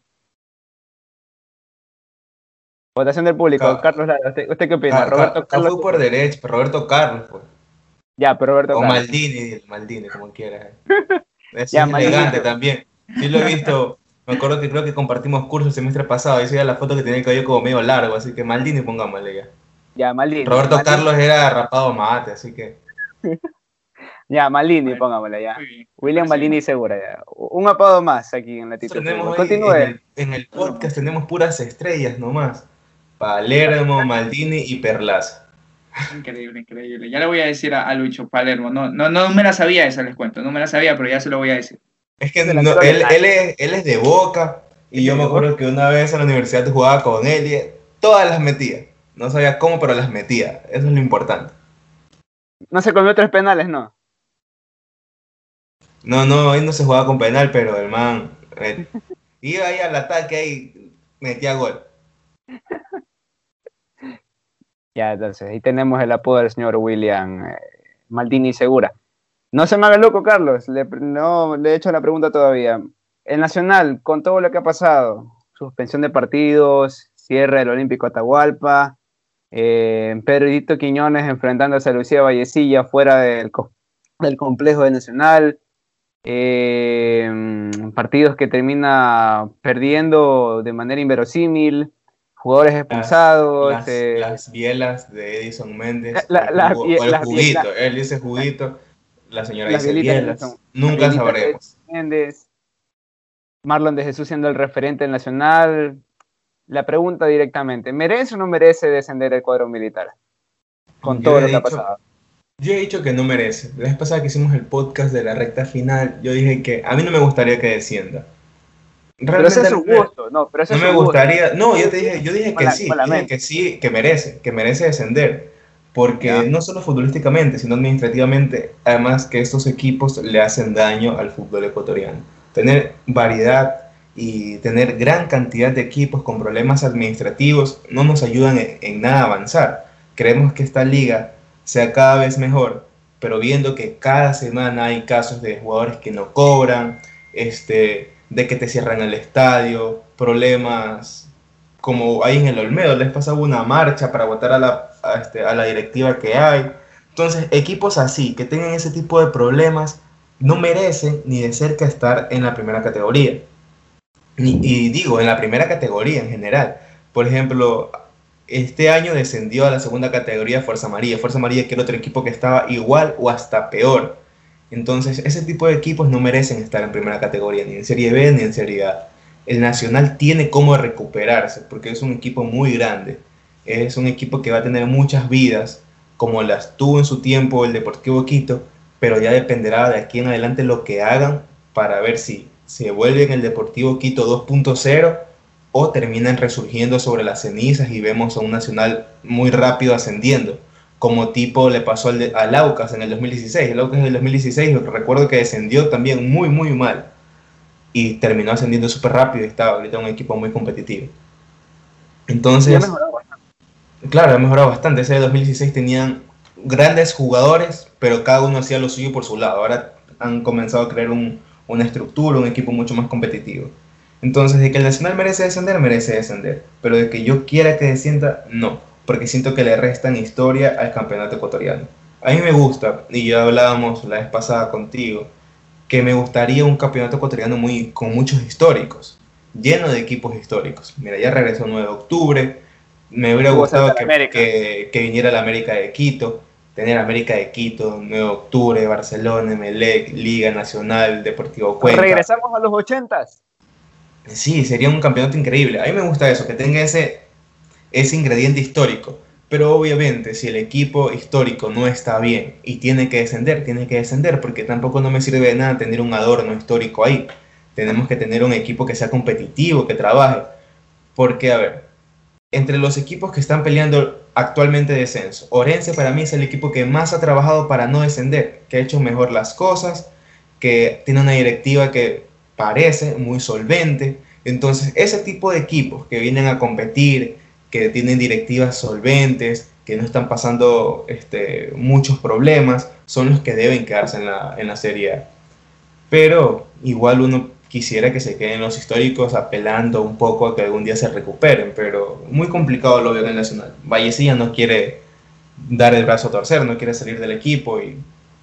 Votación del público, Ca Carlos Lara, ¿usted, ¿usted qué opina? Ca Roberto Ca Carlos Cafú por derecha, Roberto Carlos, pues. Ya, pero Roberto o Carlos. Maldini, Maldini, como quieras. Es ya, elegante también. Sí lo he visto. Me acuerdo que creo que compartimos curso el semestre pasado. Ahí se veía la foto que tenía el cabello como medio largo. Así que Maldini, pongámosle ya. Ya, Maldini. Roberto Maldini. Carlos era rapado mate, así que. Ya, Maldini, bueno, pongámosle ya. Bien, William Maldini Segura ya. Un apodo más aquí en la Tito. Tenemos ahí, en, el, en el podcast tenemos puras estrellas nomás. Palermo, Maldini y Perlaza. Increíble, increíble. Ya le voy a decir a, a Lucho Palermo. No, no, no me la sabía esa, les cuento. No me la sabía, pero ya se lo voy a decir. Es que no, él, él, es, él es de Boca. Y yo me acuerdo que una vez en la universidad jugaba con él y todas las metía. No sabía cómo, pero las metía. Eso es lo importante. No se comió tres penales, ¿no? No, no, ahí no se jugaba con penal, pero el man eh, iba ahí al ataque y metía gol. Ya, entonces, ahí tenemos el apodo del señor William eh, Maldini Segura. No se me haga loco, Carlos, le, no le he hecho la pregunta todavía. El Nacional, con todo lo que ha pasado, suspensión de partidos, cierre del Olímpico Atahualpa, eh, Pedrito Quiñones enfrentándose a Lucía Vallecilla fuera del, del complejo del Nacional, eh, partidos que termina perdiendo de manera inverosímil, jugadores expulsados. Las, las, eh, las bielas de Edison Méndez, la, la, el, jugo, la, el juguito, la, él dice juguito, la señora las dice bielas, son, nunca sabremos. Méndez, Marlon de Jesús siendo el referente nacional. La pregunta directamente, ¿merece o no merece descender el cuadro militar? Con yo todo lo que dicho, ha pasado. Yo he dicho que no merece. La vez pasada que hicimos el podcast de la recta final, yo dije que a mí no me gustaría que descienda. Realmente pero ese es su gusto, no, pero ese no es su me gustaría, gusto. no, yo te dije, yo dije que sí, dije que sí, que merece, que merece descender, porque ya. No solo futbolísticamente, sino administrativamente, además que estos equipos le hacen daño al fútbol ecuatoriano. Tener variedad y tener gran cantidad de equipos con problemas administrativos no nos ayudan en, en nada a avanzar. Creemos que esta liga sea cada vez mejor, pero viendo que cada semana hay casos de jugadores que no cobran, este, de que te cierran el estadio, problemas como hay en el Olmedo, les pasaba una marcha para votar a la, a, este, a la directiva que hay. Entonces, equipos así, que tengan ese tipo de problemas, no merecen ni de cerca estar en la primera categoría. Ni, y digo, en la primera categoría en general. Por ejemplo, este año descendió a la segunda categoría Fuerza Amarilla. Fuerza Amarilla que era otro equipo que estaba igual o hasta peor. Entonces, ese tipo de equipos no merecen estar en primera categoría, ni en Serie B ni en Serie A. El Nacional tiene cómo recuperarse, porque es un equipo muy grande. Es un equipo que va a tener muchas vidas, como las tuvo en su tiempo el Deportivo Quito, pero ya dependerá de aquí en adelante lo que hagan para ver si se vuelven el Deportivo Quito dos punto cero o terminan resurgiendo sobre las cenizas y vemos a un Nacional muy rápido ascendiendo, como tipo le pasó al, de, al Aucas en el dos mil dieciséis. El Aucas en el dos mil dieciséis, recuerdo que descendió también muy, muy mal y terminó ascendiendo súper rápido y está ahorita un equipo muy competitivo. Entonces, ha mejorado bastante. Claro, ha mejorado bastante. Ese de dos mil dieciséis tenían grandes jugadores, pero cada uno hacía lo suyo por su lado. Ahora han comenzado a crear un, una estructura, un equipo mucho más competitivo. Entonces, de que el Nacional merece descender, merece descender. Pero de que yo quiera que descienda, no. Porque siento que le restan historia al campeonato ecuatoriano. A mí me gusta, y ya hablábamos la vez pasada contigo, que me gustaría un campeonato ecuatoriano muy, con muchos históricos, lleno de equipos históricos. Mira, ya regresó nueve de octubre, me hubiera gustado que, que, que viniera la América de Quito, tener América de Quito, nueve de octubre, Barcelona, Emelec, Liga Nacional, Deportivo Cuenca. Regresamos a los ochentas. Sí, sería un campeonato increíble. A mí me gusta eso, que tenga ese, ese ingrediente histórico. Pero obviamente si el equipo histórico no está bien y tiene que descender, tiene que descender, porque tampoco no me sirve de nada tener un adorno histórico ahí. Tenemos que tener un equipo que sea competitivo, que trabaje. Porque, a ver, entre los equipos que están peleando actualmente descenso, Orense para mí es el equipo que más ha trabajado para no descender, que ha hecho mejor las cosas, que tiene una directiva que parece muy solvente. Entonces, ese tipo de equipos que vienen a competir, que tienen directivas solventes, que no están pasando este, muchos problemas, son los que deben quedarse en la, en la Serie A. Pero igual uno quisiera que se queden los históricos apelando un poco a que algún día se recuperen, pero muy complicado lo veo en el Nacional. Vallecilla no quiere dar el brazo a torcer, no quiere salir del equipo y,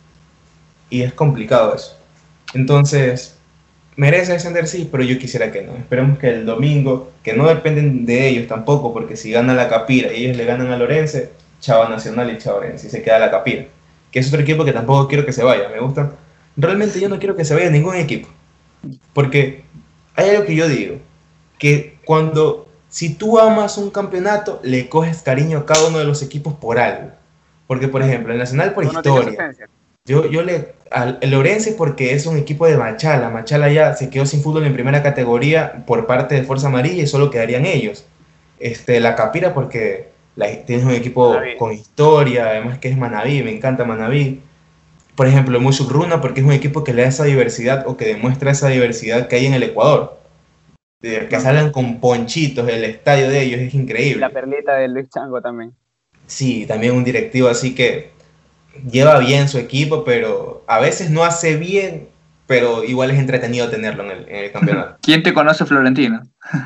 y es complicado eso. Entonces, merece descender, sí, pero yo quisiera que no. Esperemos que el domingo, que no dependen de ellos tampoco, porque si gana la Capira y ellos le ganan a Lorense, chava Nacional y chava Orense, y se queda la Capira, que es otro equipo que tampoco quiero que se vaya. Me gusta. Realmente yo no quiero que se vaya ningún equipo, porque hay algo que yo digo, que cuando, si tú amas un campeonato, le coges cariño a cada uno de los equipos por algo. Porque, por ejemplo, el Nacional por historia. Yo, yo le, al Lorense porque es un equipo de Machala. Machala ya se quedó sin fútbol en primera categoría por parte de Fuerza Amarilla y solo quedarían ellos. Este, la Capira porque la, tienes un equipo Manaví. Con historia, además que es Manaví, me encanta Manaví. Por ejemplo, el Musukruna porque es un equipo que le da esa diversidad o que demuestra esa diversidad que hay en el Ecuador. De, que salgan con ponchitos, el estadio de ellos es increíble. La perlita de Luis Chango también. Sí, también un directivo así que lleva bien su equipo, pero a veces no hace bien, pero igual es entretenido tenerlo en el, en el campeonato. ¿Quién te conoce, Florentino?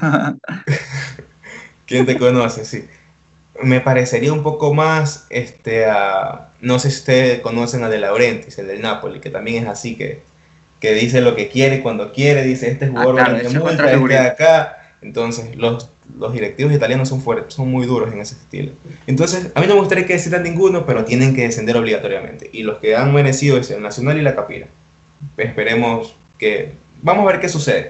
¿Quién te conoce? Sí. Me parecería un poco más, este, a, no sé si ustedes conocen a De Laurentiis, el del Napoli, que también es así, que, que dice lo que quiere cuando quiere, dice este jugador ah, claro, me multa, este de acá. Entonces, los, los directivos italianos son fuertes, son muy duros en ese estilo. Entonces, a mí no me gustaría que desciendan ninguno, pero tienen que descender obligatoriamente. Y los que han merecido es el Nacional y la Capira. Esperemos que... Vamos a ver qué sucede.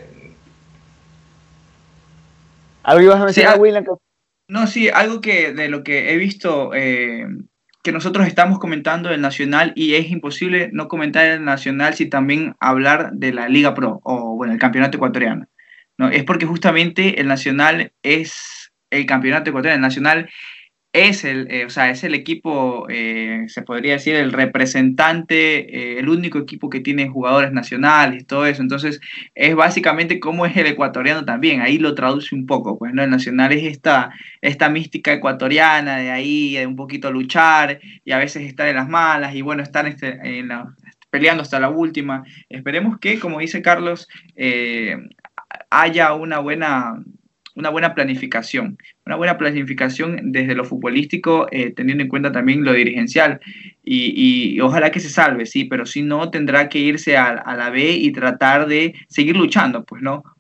¿Algo ibas a mencionar, sí, William? No, sí, algo que de lo que he visto eh, que nosotros estamos comentando el Nacional, y es imposible no comentar el Nacional sin también hablar de la Liga Pro, o bueno, el campeonato ecuatoriano, ¿no? Es porque justamente el Nacional es el campeonato ecuatoriano, el Nacional es el, eh, o sea, es el equipo, eh, se podría decir, el representante, eh, el único equipo que tiene jugadores nacionales y todo eso. Entonces, es básicamente como es el ecuatoriano también. Ahí lo traduce un poco, pues, ¿no? El Nacional es esta, esta mística ecuatoriana, de ahí de un poquito luchar y a veces estar en las malas y, bueno, estar este, en la, peleando hasta la última. Esperemos que, como dice Carlos, eh, haya una buena... una buena planificación, una buena planificación desde lo futbolístico, eh, teniendo en cuenta también lo dirigencial, y, y, y ojalá que se salve, sí, pero si no, tendrá que irse a, a la B y tratar de seguir luchando, pues, ¿no?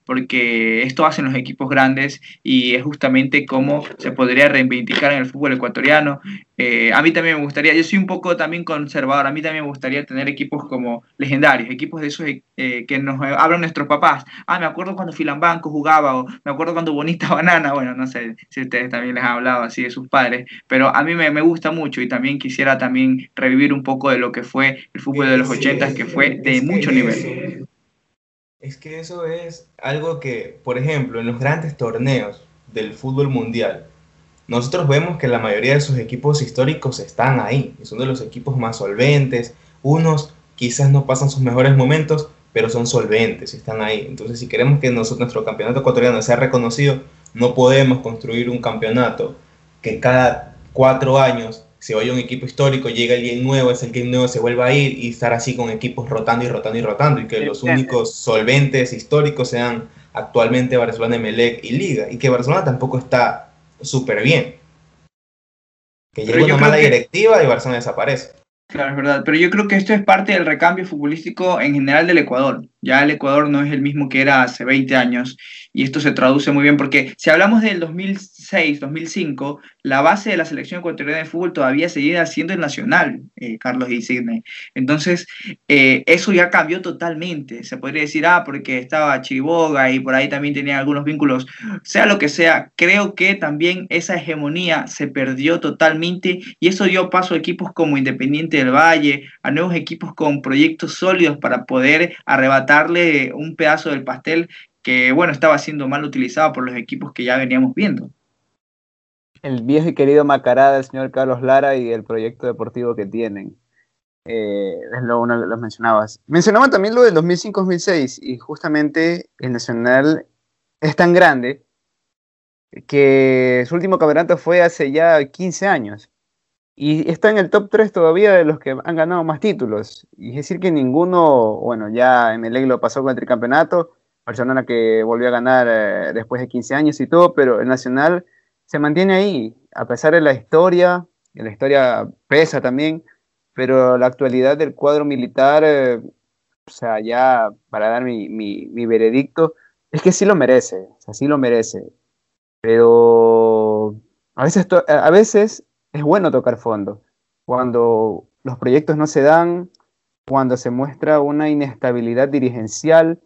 porque esto hacen los equipos grandes y es justamente cómo se podría reivindicar en el fútbol ecuatoriano. Eh, a mí también me gustaría, yo soy un poco también conservador, a mí también me gustaría tener equipos como legendarios, equipos de esos eh, que nos hablan nuestros papás. Ah, me acuerdo cuando Filambanco jugaba, o me acuerdo cuando Bonita Banana, bueno, no sé si ustedes también les han hablado así de sus padres, pero a mí me, me gusta mucho y también quisiera también revivir un poco de lo que fue el fútbol de los ochentas, que fue de mucho nivel. Es que eso es algo que, por ejemplo, en los grandes torneos del fútbol mundial, nosotros vemos que la mayoría de sus equipos históricos están ahí, y son de los equipos más solventes. Unos quizás no pasan sus mejores momentos, pero son solventes y están ahí. Entonces, si queremos que nosotros, nuestro campeonato ecuatoriano sea reconocido, no podemos construir un campeonato que cada cuatro años se vaya un equipo histórico, llega alguien nuevo, ese alguien nuevo se vuelva a ir y estar así con equipos rotando y rotando y rotando, y que los únicos solventes históricos sean actualmente Barcelona, Emelec y Liga, y que Barcelona tampoco está súper bien. Que llega una mala que... directiva y Barcelona desaparece. Claro, es verdad, pero yo creo que esto es parte del recambio futbolístico en general del Ecuador. Ya el Ecuador no es el mismo que era hace veinte años y esto se traduce muy bien porque si hablamos del dos mil seis, dos mil cinco, la base de la selección ecuatoriana de fútbol todavía seguía siendo el nacional, eh, Carlos y Sidney. Entonces, eh, eso ya cambió totalmente. Se podría decir, ah, porque estaba Chiriboga y por ahí también tenía algunos vínculos. Sea lo que sea, creo que también esa hegemonía se perdió totalmente y eso dio paso a equipos como Independiente del Valle, a nuevos equipos con proyectos sólidos para poder arrebatarle un pedazo del pastel que, bueno, estaba siendo mal utilizado por los equipos que ya veníamos viendo. El viejo y querido Macará del señor Carlos Lara y el proyecto deportivo que tienen. Eh, es lo uno que los mencionabas. Mencionaban también lo del dos mil cinco dos mil seis y justamente el Nacional es tan grande que su último campeonato fue hace ya quince años. Y está en el top tres todavía de los que han ganado más títulos. Y es decir que ninguno, bueno, ya Emelec lo pasó con el tricampeonato, Barcelona que volvió a ganar eh, después de quince años y todo, pero el Nacional se mantiene ahí, a pesar de la historia, y la historia pesa también, pero la actualidad del cuadro militar, eh, o sea, ya para dar mi, mi, mi veredicto, es que sí lo merece, o sea, sí lo merece. Pero a veces, a veces es bueno tocar fondo. Cuando los proyectos no se dan, cuando se muestra una inestabilidad dirigencial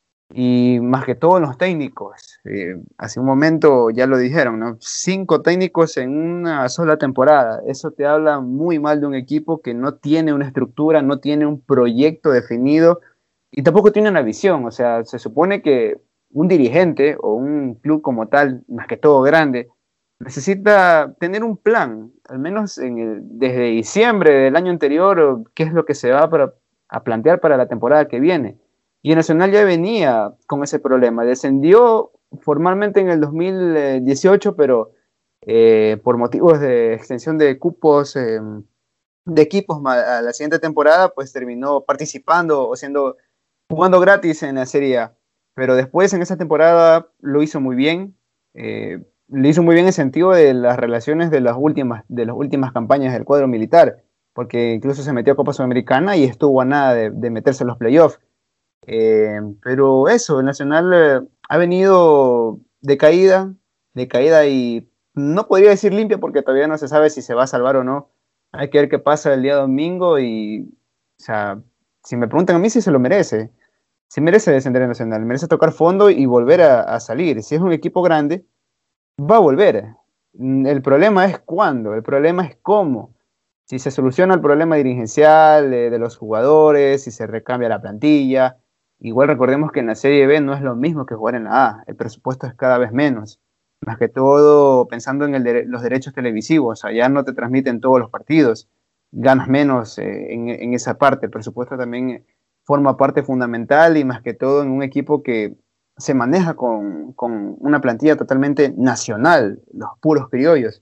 y más que todo en los técnicos. Eh, hace un momento ya lo dijeron, ¿no? Cinco técnicos en una sola temporada. Eso te habla muy mal de un equipo que no tiene una estructura, no tiene un proyecto definido y tampoco tiene una visión. O sea, se supone que un dirigente o un club como tal, más que todo grande, necesita tener un plan, al menos en el, desde diciembre del año anterior, qué es lo que se va para, a plantear para la temporada que viene. Y el Nacional ya venía con ese problema. Descendió formalmente en el dos mil dieciocho, pero eh, por motivos de extensión de cupos eh, de equipos a la siguiente temporada, pues terminó participando o siendo, jugando gratis en la Serie A. Pero después en esa temporada lo hizo muy bien. Eh, lo hizo muy bien en el sentido de las relaciones de las últimas, de las últimas campañas del cuadro militar, porque incluso se metió a Copa Sudamericana y estuvo a nada de, de meterse en los playoffs. Eh, pero eso, el Nacional eh, ha venido de caída, de caída y no podría decir limpia porque todavía no se sabe si se va a salvar o no. Hay que ver qué pasa el día domingo y, o sea, si me preguntan a mí si se lo merece. Si merece descender el Nacional, merece tocar fondo y volver a, a salir. Si es un equipo grande, va a volver. El problema es cuándo, el problema es cómo. Si se soluciona el problema dirigencial de, de los jugadores, si se recambia la plantilla. Igual recordemos que en la Serie B no es lo mismo que jugar en la A, el presupuesto es cada vez menos, más que todo pensando en el de, los derechos televisivos, allá no te transmiten todos los partidos, ganas menos eh, en, en esa parte, el presupuesto también forma parte fundamental y más que todo en un equipo que se maneja con, con una plantilla totalmente nacional, los puros criollos,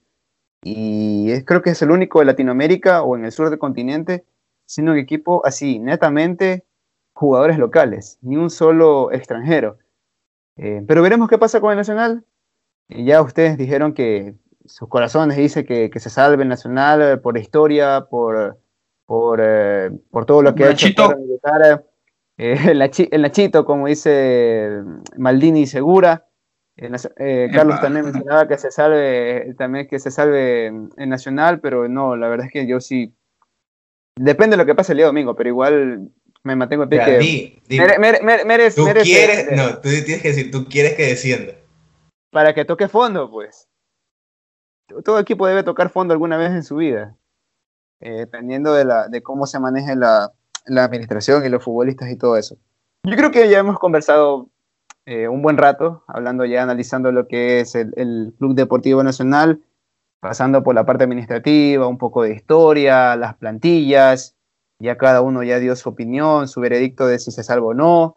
y es, creo que es el único de Latinoamérica o en el sur del continente, siendo un equipo así, netamente jugadores locales, ni un solo extranjero. Eh, pero veremos qué pasa con el Nacional. Eh, ya ustedes dijeron que sus corazones dicen que, que se salve el Nacional eh, por historia, por, por, eh, por todo lo que Nachito. ha hecho el militar. eh, el, Nachi, el Nachito, como dice Maldini Segura. Eh, eh, Carlos también mencionaba que se salve, también que se salve en Nacional, pero no, la verdad es que yo sí, depende de lo que pase el día domingo, pero igual me mantengo en pie ya, que di, di, mere, mere, mere, merece, tú merece quieres, descender. no, tú tienes que decir, tú quieres que descienda. Para que toque fondo, pues. Todo equipo debe tocar fondo alguna vez en su vida, eh, dependiendo de, la, de cómo se maneje la, la administración y los futbolistas y todo eso. Yo creo que ya hemos conversado eh, un buen rato, hablando ya, analizando lo que es el, el Club Deportivo Nacional, pasando por la parte administrativa, un poco de historia, las plantillas, ya cada uno ya dio su opinión, su veredicto de si se salva o no,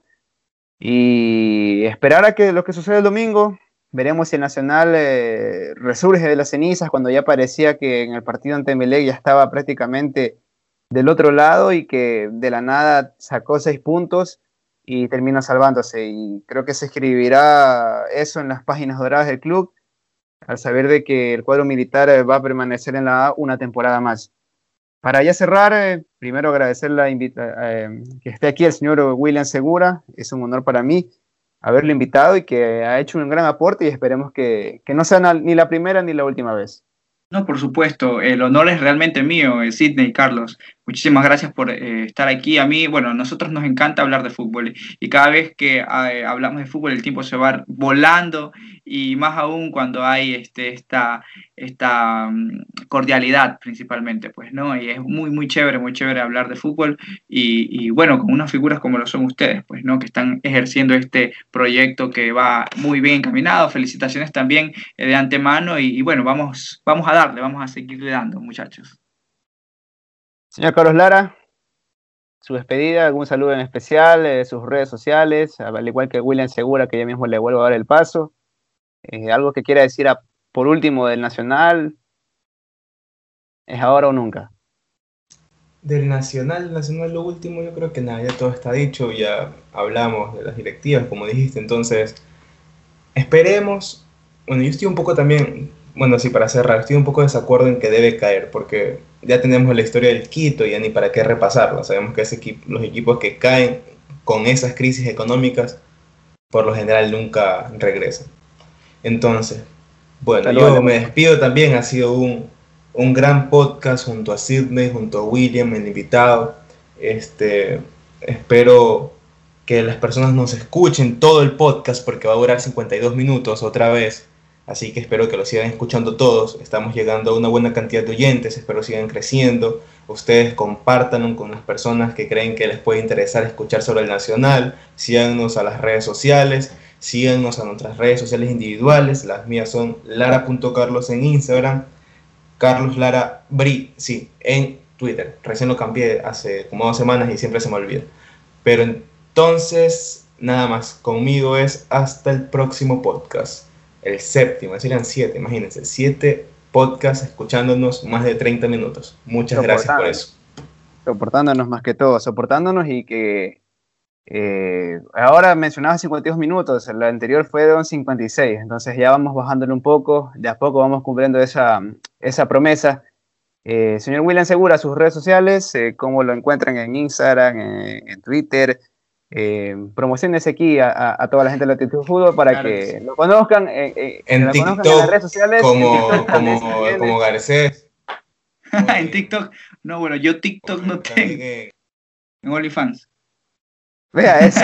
y esperar a que lo que suceda el domingo. Veremos si el Nacional eh, resurge de las cenizas cuando ya parecía que en el partido ante Emelec ya estaba prácticamente del otro lado y que de la nada sacó seis puntos y termina salvándose. Y creo que se escribirá eso en las páginas doradas del club al saber de que el cuadro militar eh, va a permanecer en la A una temporada más. Para ya cerrar, eh, primero agradecer la invita eh, que esté aquí el señor William Segura. Es un honor para mí haberlo invitado y que ha hecho un gran aporte y esperemos que, que no sea ni la primera ni la última vez. No, por supuesto, el honor es realmente mío, eh, Sidney y Carlos. Muchísimas gracias por eh, estar aquí. A mí, bueno, a nosotros nos encanta hablar de fútbol y cada vez que eh, hablamos de fútbol el tiempo se va volando y más aún cuando hay este, esta, esta um, cordialidad principalmente, pues, ¿no? Y es muy, muy chévere, muy chévere hablar de fútbol y, y bueno, con unas figuras como lo son ustedes, pues, ¿no? Que están ejerciendo este proyecto que va muy bien encaminado. Felicitaciones también eh, de antemano y, y bueno, vamos, vamos a darle, vamos a seguirle dando, muchachos. Señor Carlos Lara, su despedida, algún saludo en especial, eh, sus redes sociales, al igual que William Segura, que ya mismo le vuelvo a dar el paso. Eh, algo que quiera decir a, por último del Nacional, ¿es ahora o nunca? Del Nacional, Nacional lo último, yo creo que nada, ya todo está dicho, ya hablamos de las directivas, como dijiste, entonces esperemos. Bueno, yo estoy un poco también, bueno, sí, para cerrar, estoy un poco de desacuerdo en que debe caer, porque ya tenemos la historia del Quito, ya ni para qué repasarla. Sabemos que ese equipo, los equipos que caen con esas crisis económicas, por lo general nunca regresan. Entonces, bueno, Saludos, yo me despido también, ha sido un, un gran podcast junto a Sidney, junto a William, el invitado. Este, espero que las personas nos escuchen todo el podcast porque va a durar cincuenta y dos minutos otra vez, así que espero que lo sigan escuchando todos. Estamos llegando a una buena cantidad de oyentes, espero sigan creciendo. Ustedes compártanlo con las personas que creen que les puede interesar escuchar sobre el Nacional. Síganos a las redes sociales, síganos a nuestras redes sociales individuales. Las mías son lara punto carlos en Instagram, Carlos Lara Bri, sí, en Twitter. Recién lo cambié hace como dos semanas y siempre se me olvida. Pero en Entonces, nada más, conmigo es hasta el próximo podcast, el séptimo, serían siete, imagínense, siete podcasts escuchándonos más de treinta minutos. Muchas gracias por eso. Soportándonos más que todo, soportándonos y que eh, ahora mencionaba cincuenta y dos minutos, la anterior fue de cincuenta y seis, entonces ya vamos bajándole un poco, de a poco vamos cumpliendo esa, esa promesa. Eh, señor William Segura, sus redes sociales, eh, cómo lo encuentran en Instagram, en, en Twitter. Eh, promociones aquí a, a, a toda la gente de Latitud Fútbol para claro que, que sí. lo conozcan, eh, eh, en, lo TikTok, conozcan en las redes sociales, como, en TikTok como, como, como Garcés. En TikTok, no, bueno, yo TikTok no tengo. En OnlyFans. Vea eso.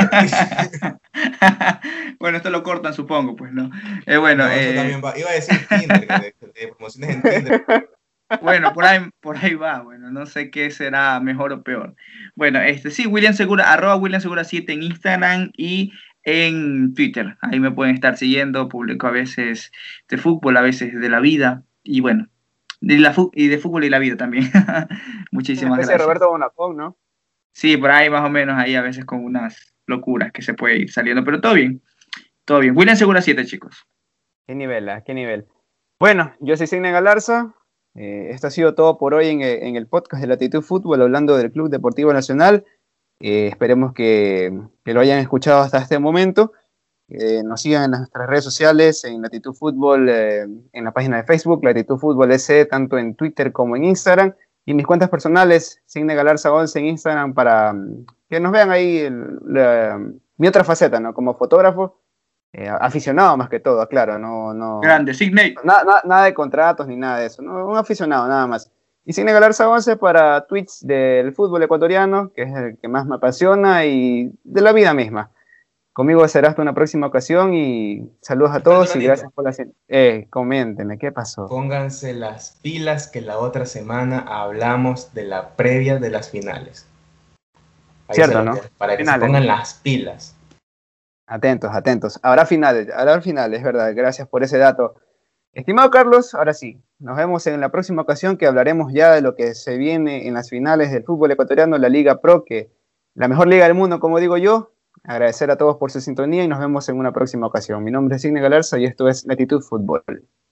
Bueno, esto lo cortan, supongo, pues, ¿no? Eh, bueno, no, eso eh... también va. Iba a decir Tinder, que de, de promociones en Tinder. Bueno, por ahí, por ahí va, bueno, no sé qué será mejor o peor. Bueno, este sí, William Segura, arroba William Segura siete en Instagram y en Twitter. Ahí me pueden estar siguiendo, publico a veces de fútbol, a veces de la vida, y bueno, de la y de fútbol y la vida también. Muchísimas gracias. De Roberto Bonafón, ¿no? Sí, por ahí más o menos, ahí a veces con unas locuras que se puede ir saliendo, pero todo bien, todo bien. William Segura siete, chicos. Qué nivel, ¿eh? Qué nivel. Bueno, yo soy Sidney Galarza. Eh, esto ha sido todo por hoy en, en el podcast de Latitud Fútbol, hablando del Club Deportivo Nacional. Eh, esperemos que, que lo hayan escuchado hasta este momento. Eh, nos sigan en nuestras redes sociales, en Latitud Fútbol, eh, en la página de Facebook, Latitud Fútbol S, tanto en Twitter como en Instagram. Y mis cuentas personales, Signe Galarza once en Instagram, para mm, que nos vean ahí el- la- mi otra faceta, ¿no? Como fotógrafo, eh, aficionado más que todo, claro, no, no, Grande, Signe. na- na- nada de contratos ni nada de eso, ¿no? Un aficionado nada más. Y Signe Galarza once para tweets del fútbol ecuatoriano, que es el que más me apasiona, y de la vida misma. Conmigo será hasta una próxima ocasión y saludos a todos y Fernandito, gracias por la... Eh, coméntenme, ¿qué pasó? pónganse las pilas que la otra semana hablamos de la previa de las finales. Ahí Cierto, se lo ¿no? dejo, para que Finales. se pongan las pilas. Atentos, atentos. Habrá finales, habrá finales, es verdad. Gracias por ese dato. Estimado Carlos, ahora sí, nos vemos en la próxima ocasión que hablaremos ya de lo que se viene en las finales del fútbol ecuatoriano, la Liga Pro, que la mejor liga del mundo, como digo yo. Agradecer a todos por su sintonía y nos vemos en una próxima ocasión. Mi nombre es Signe Galarza y esto es Latitud Fútbol.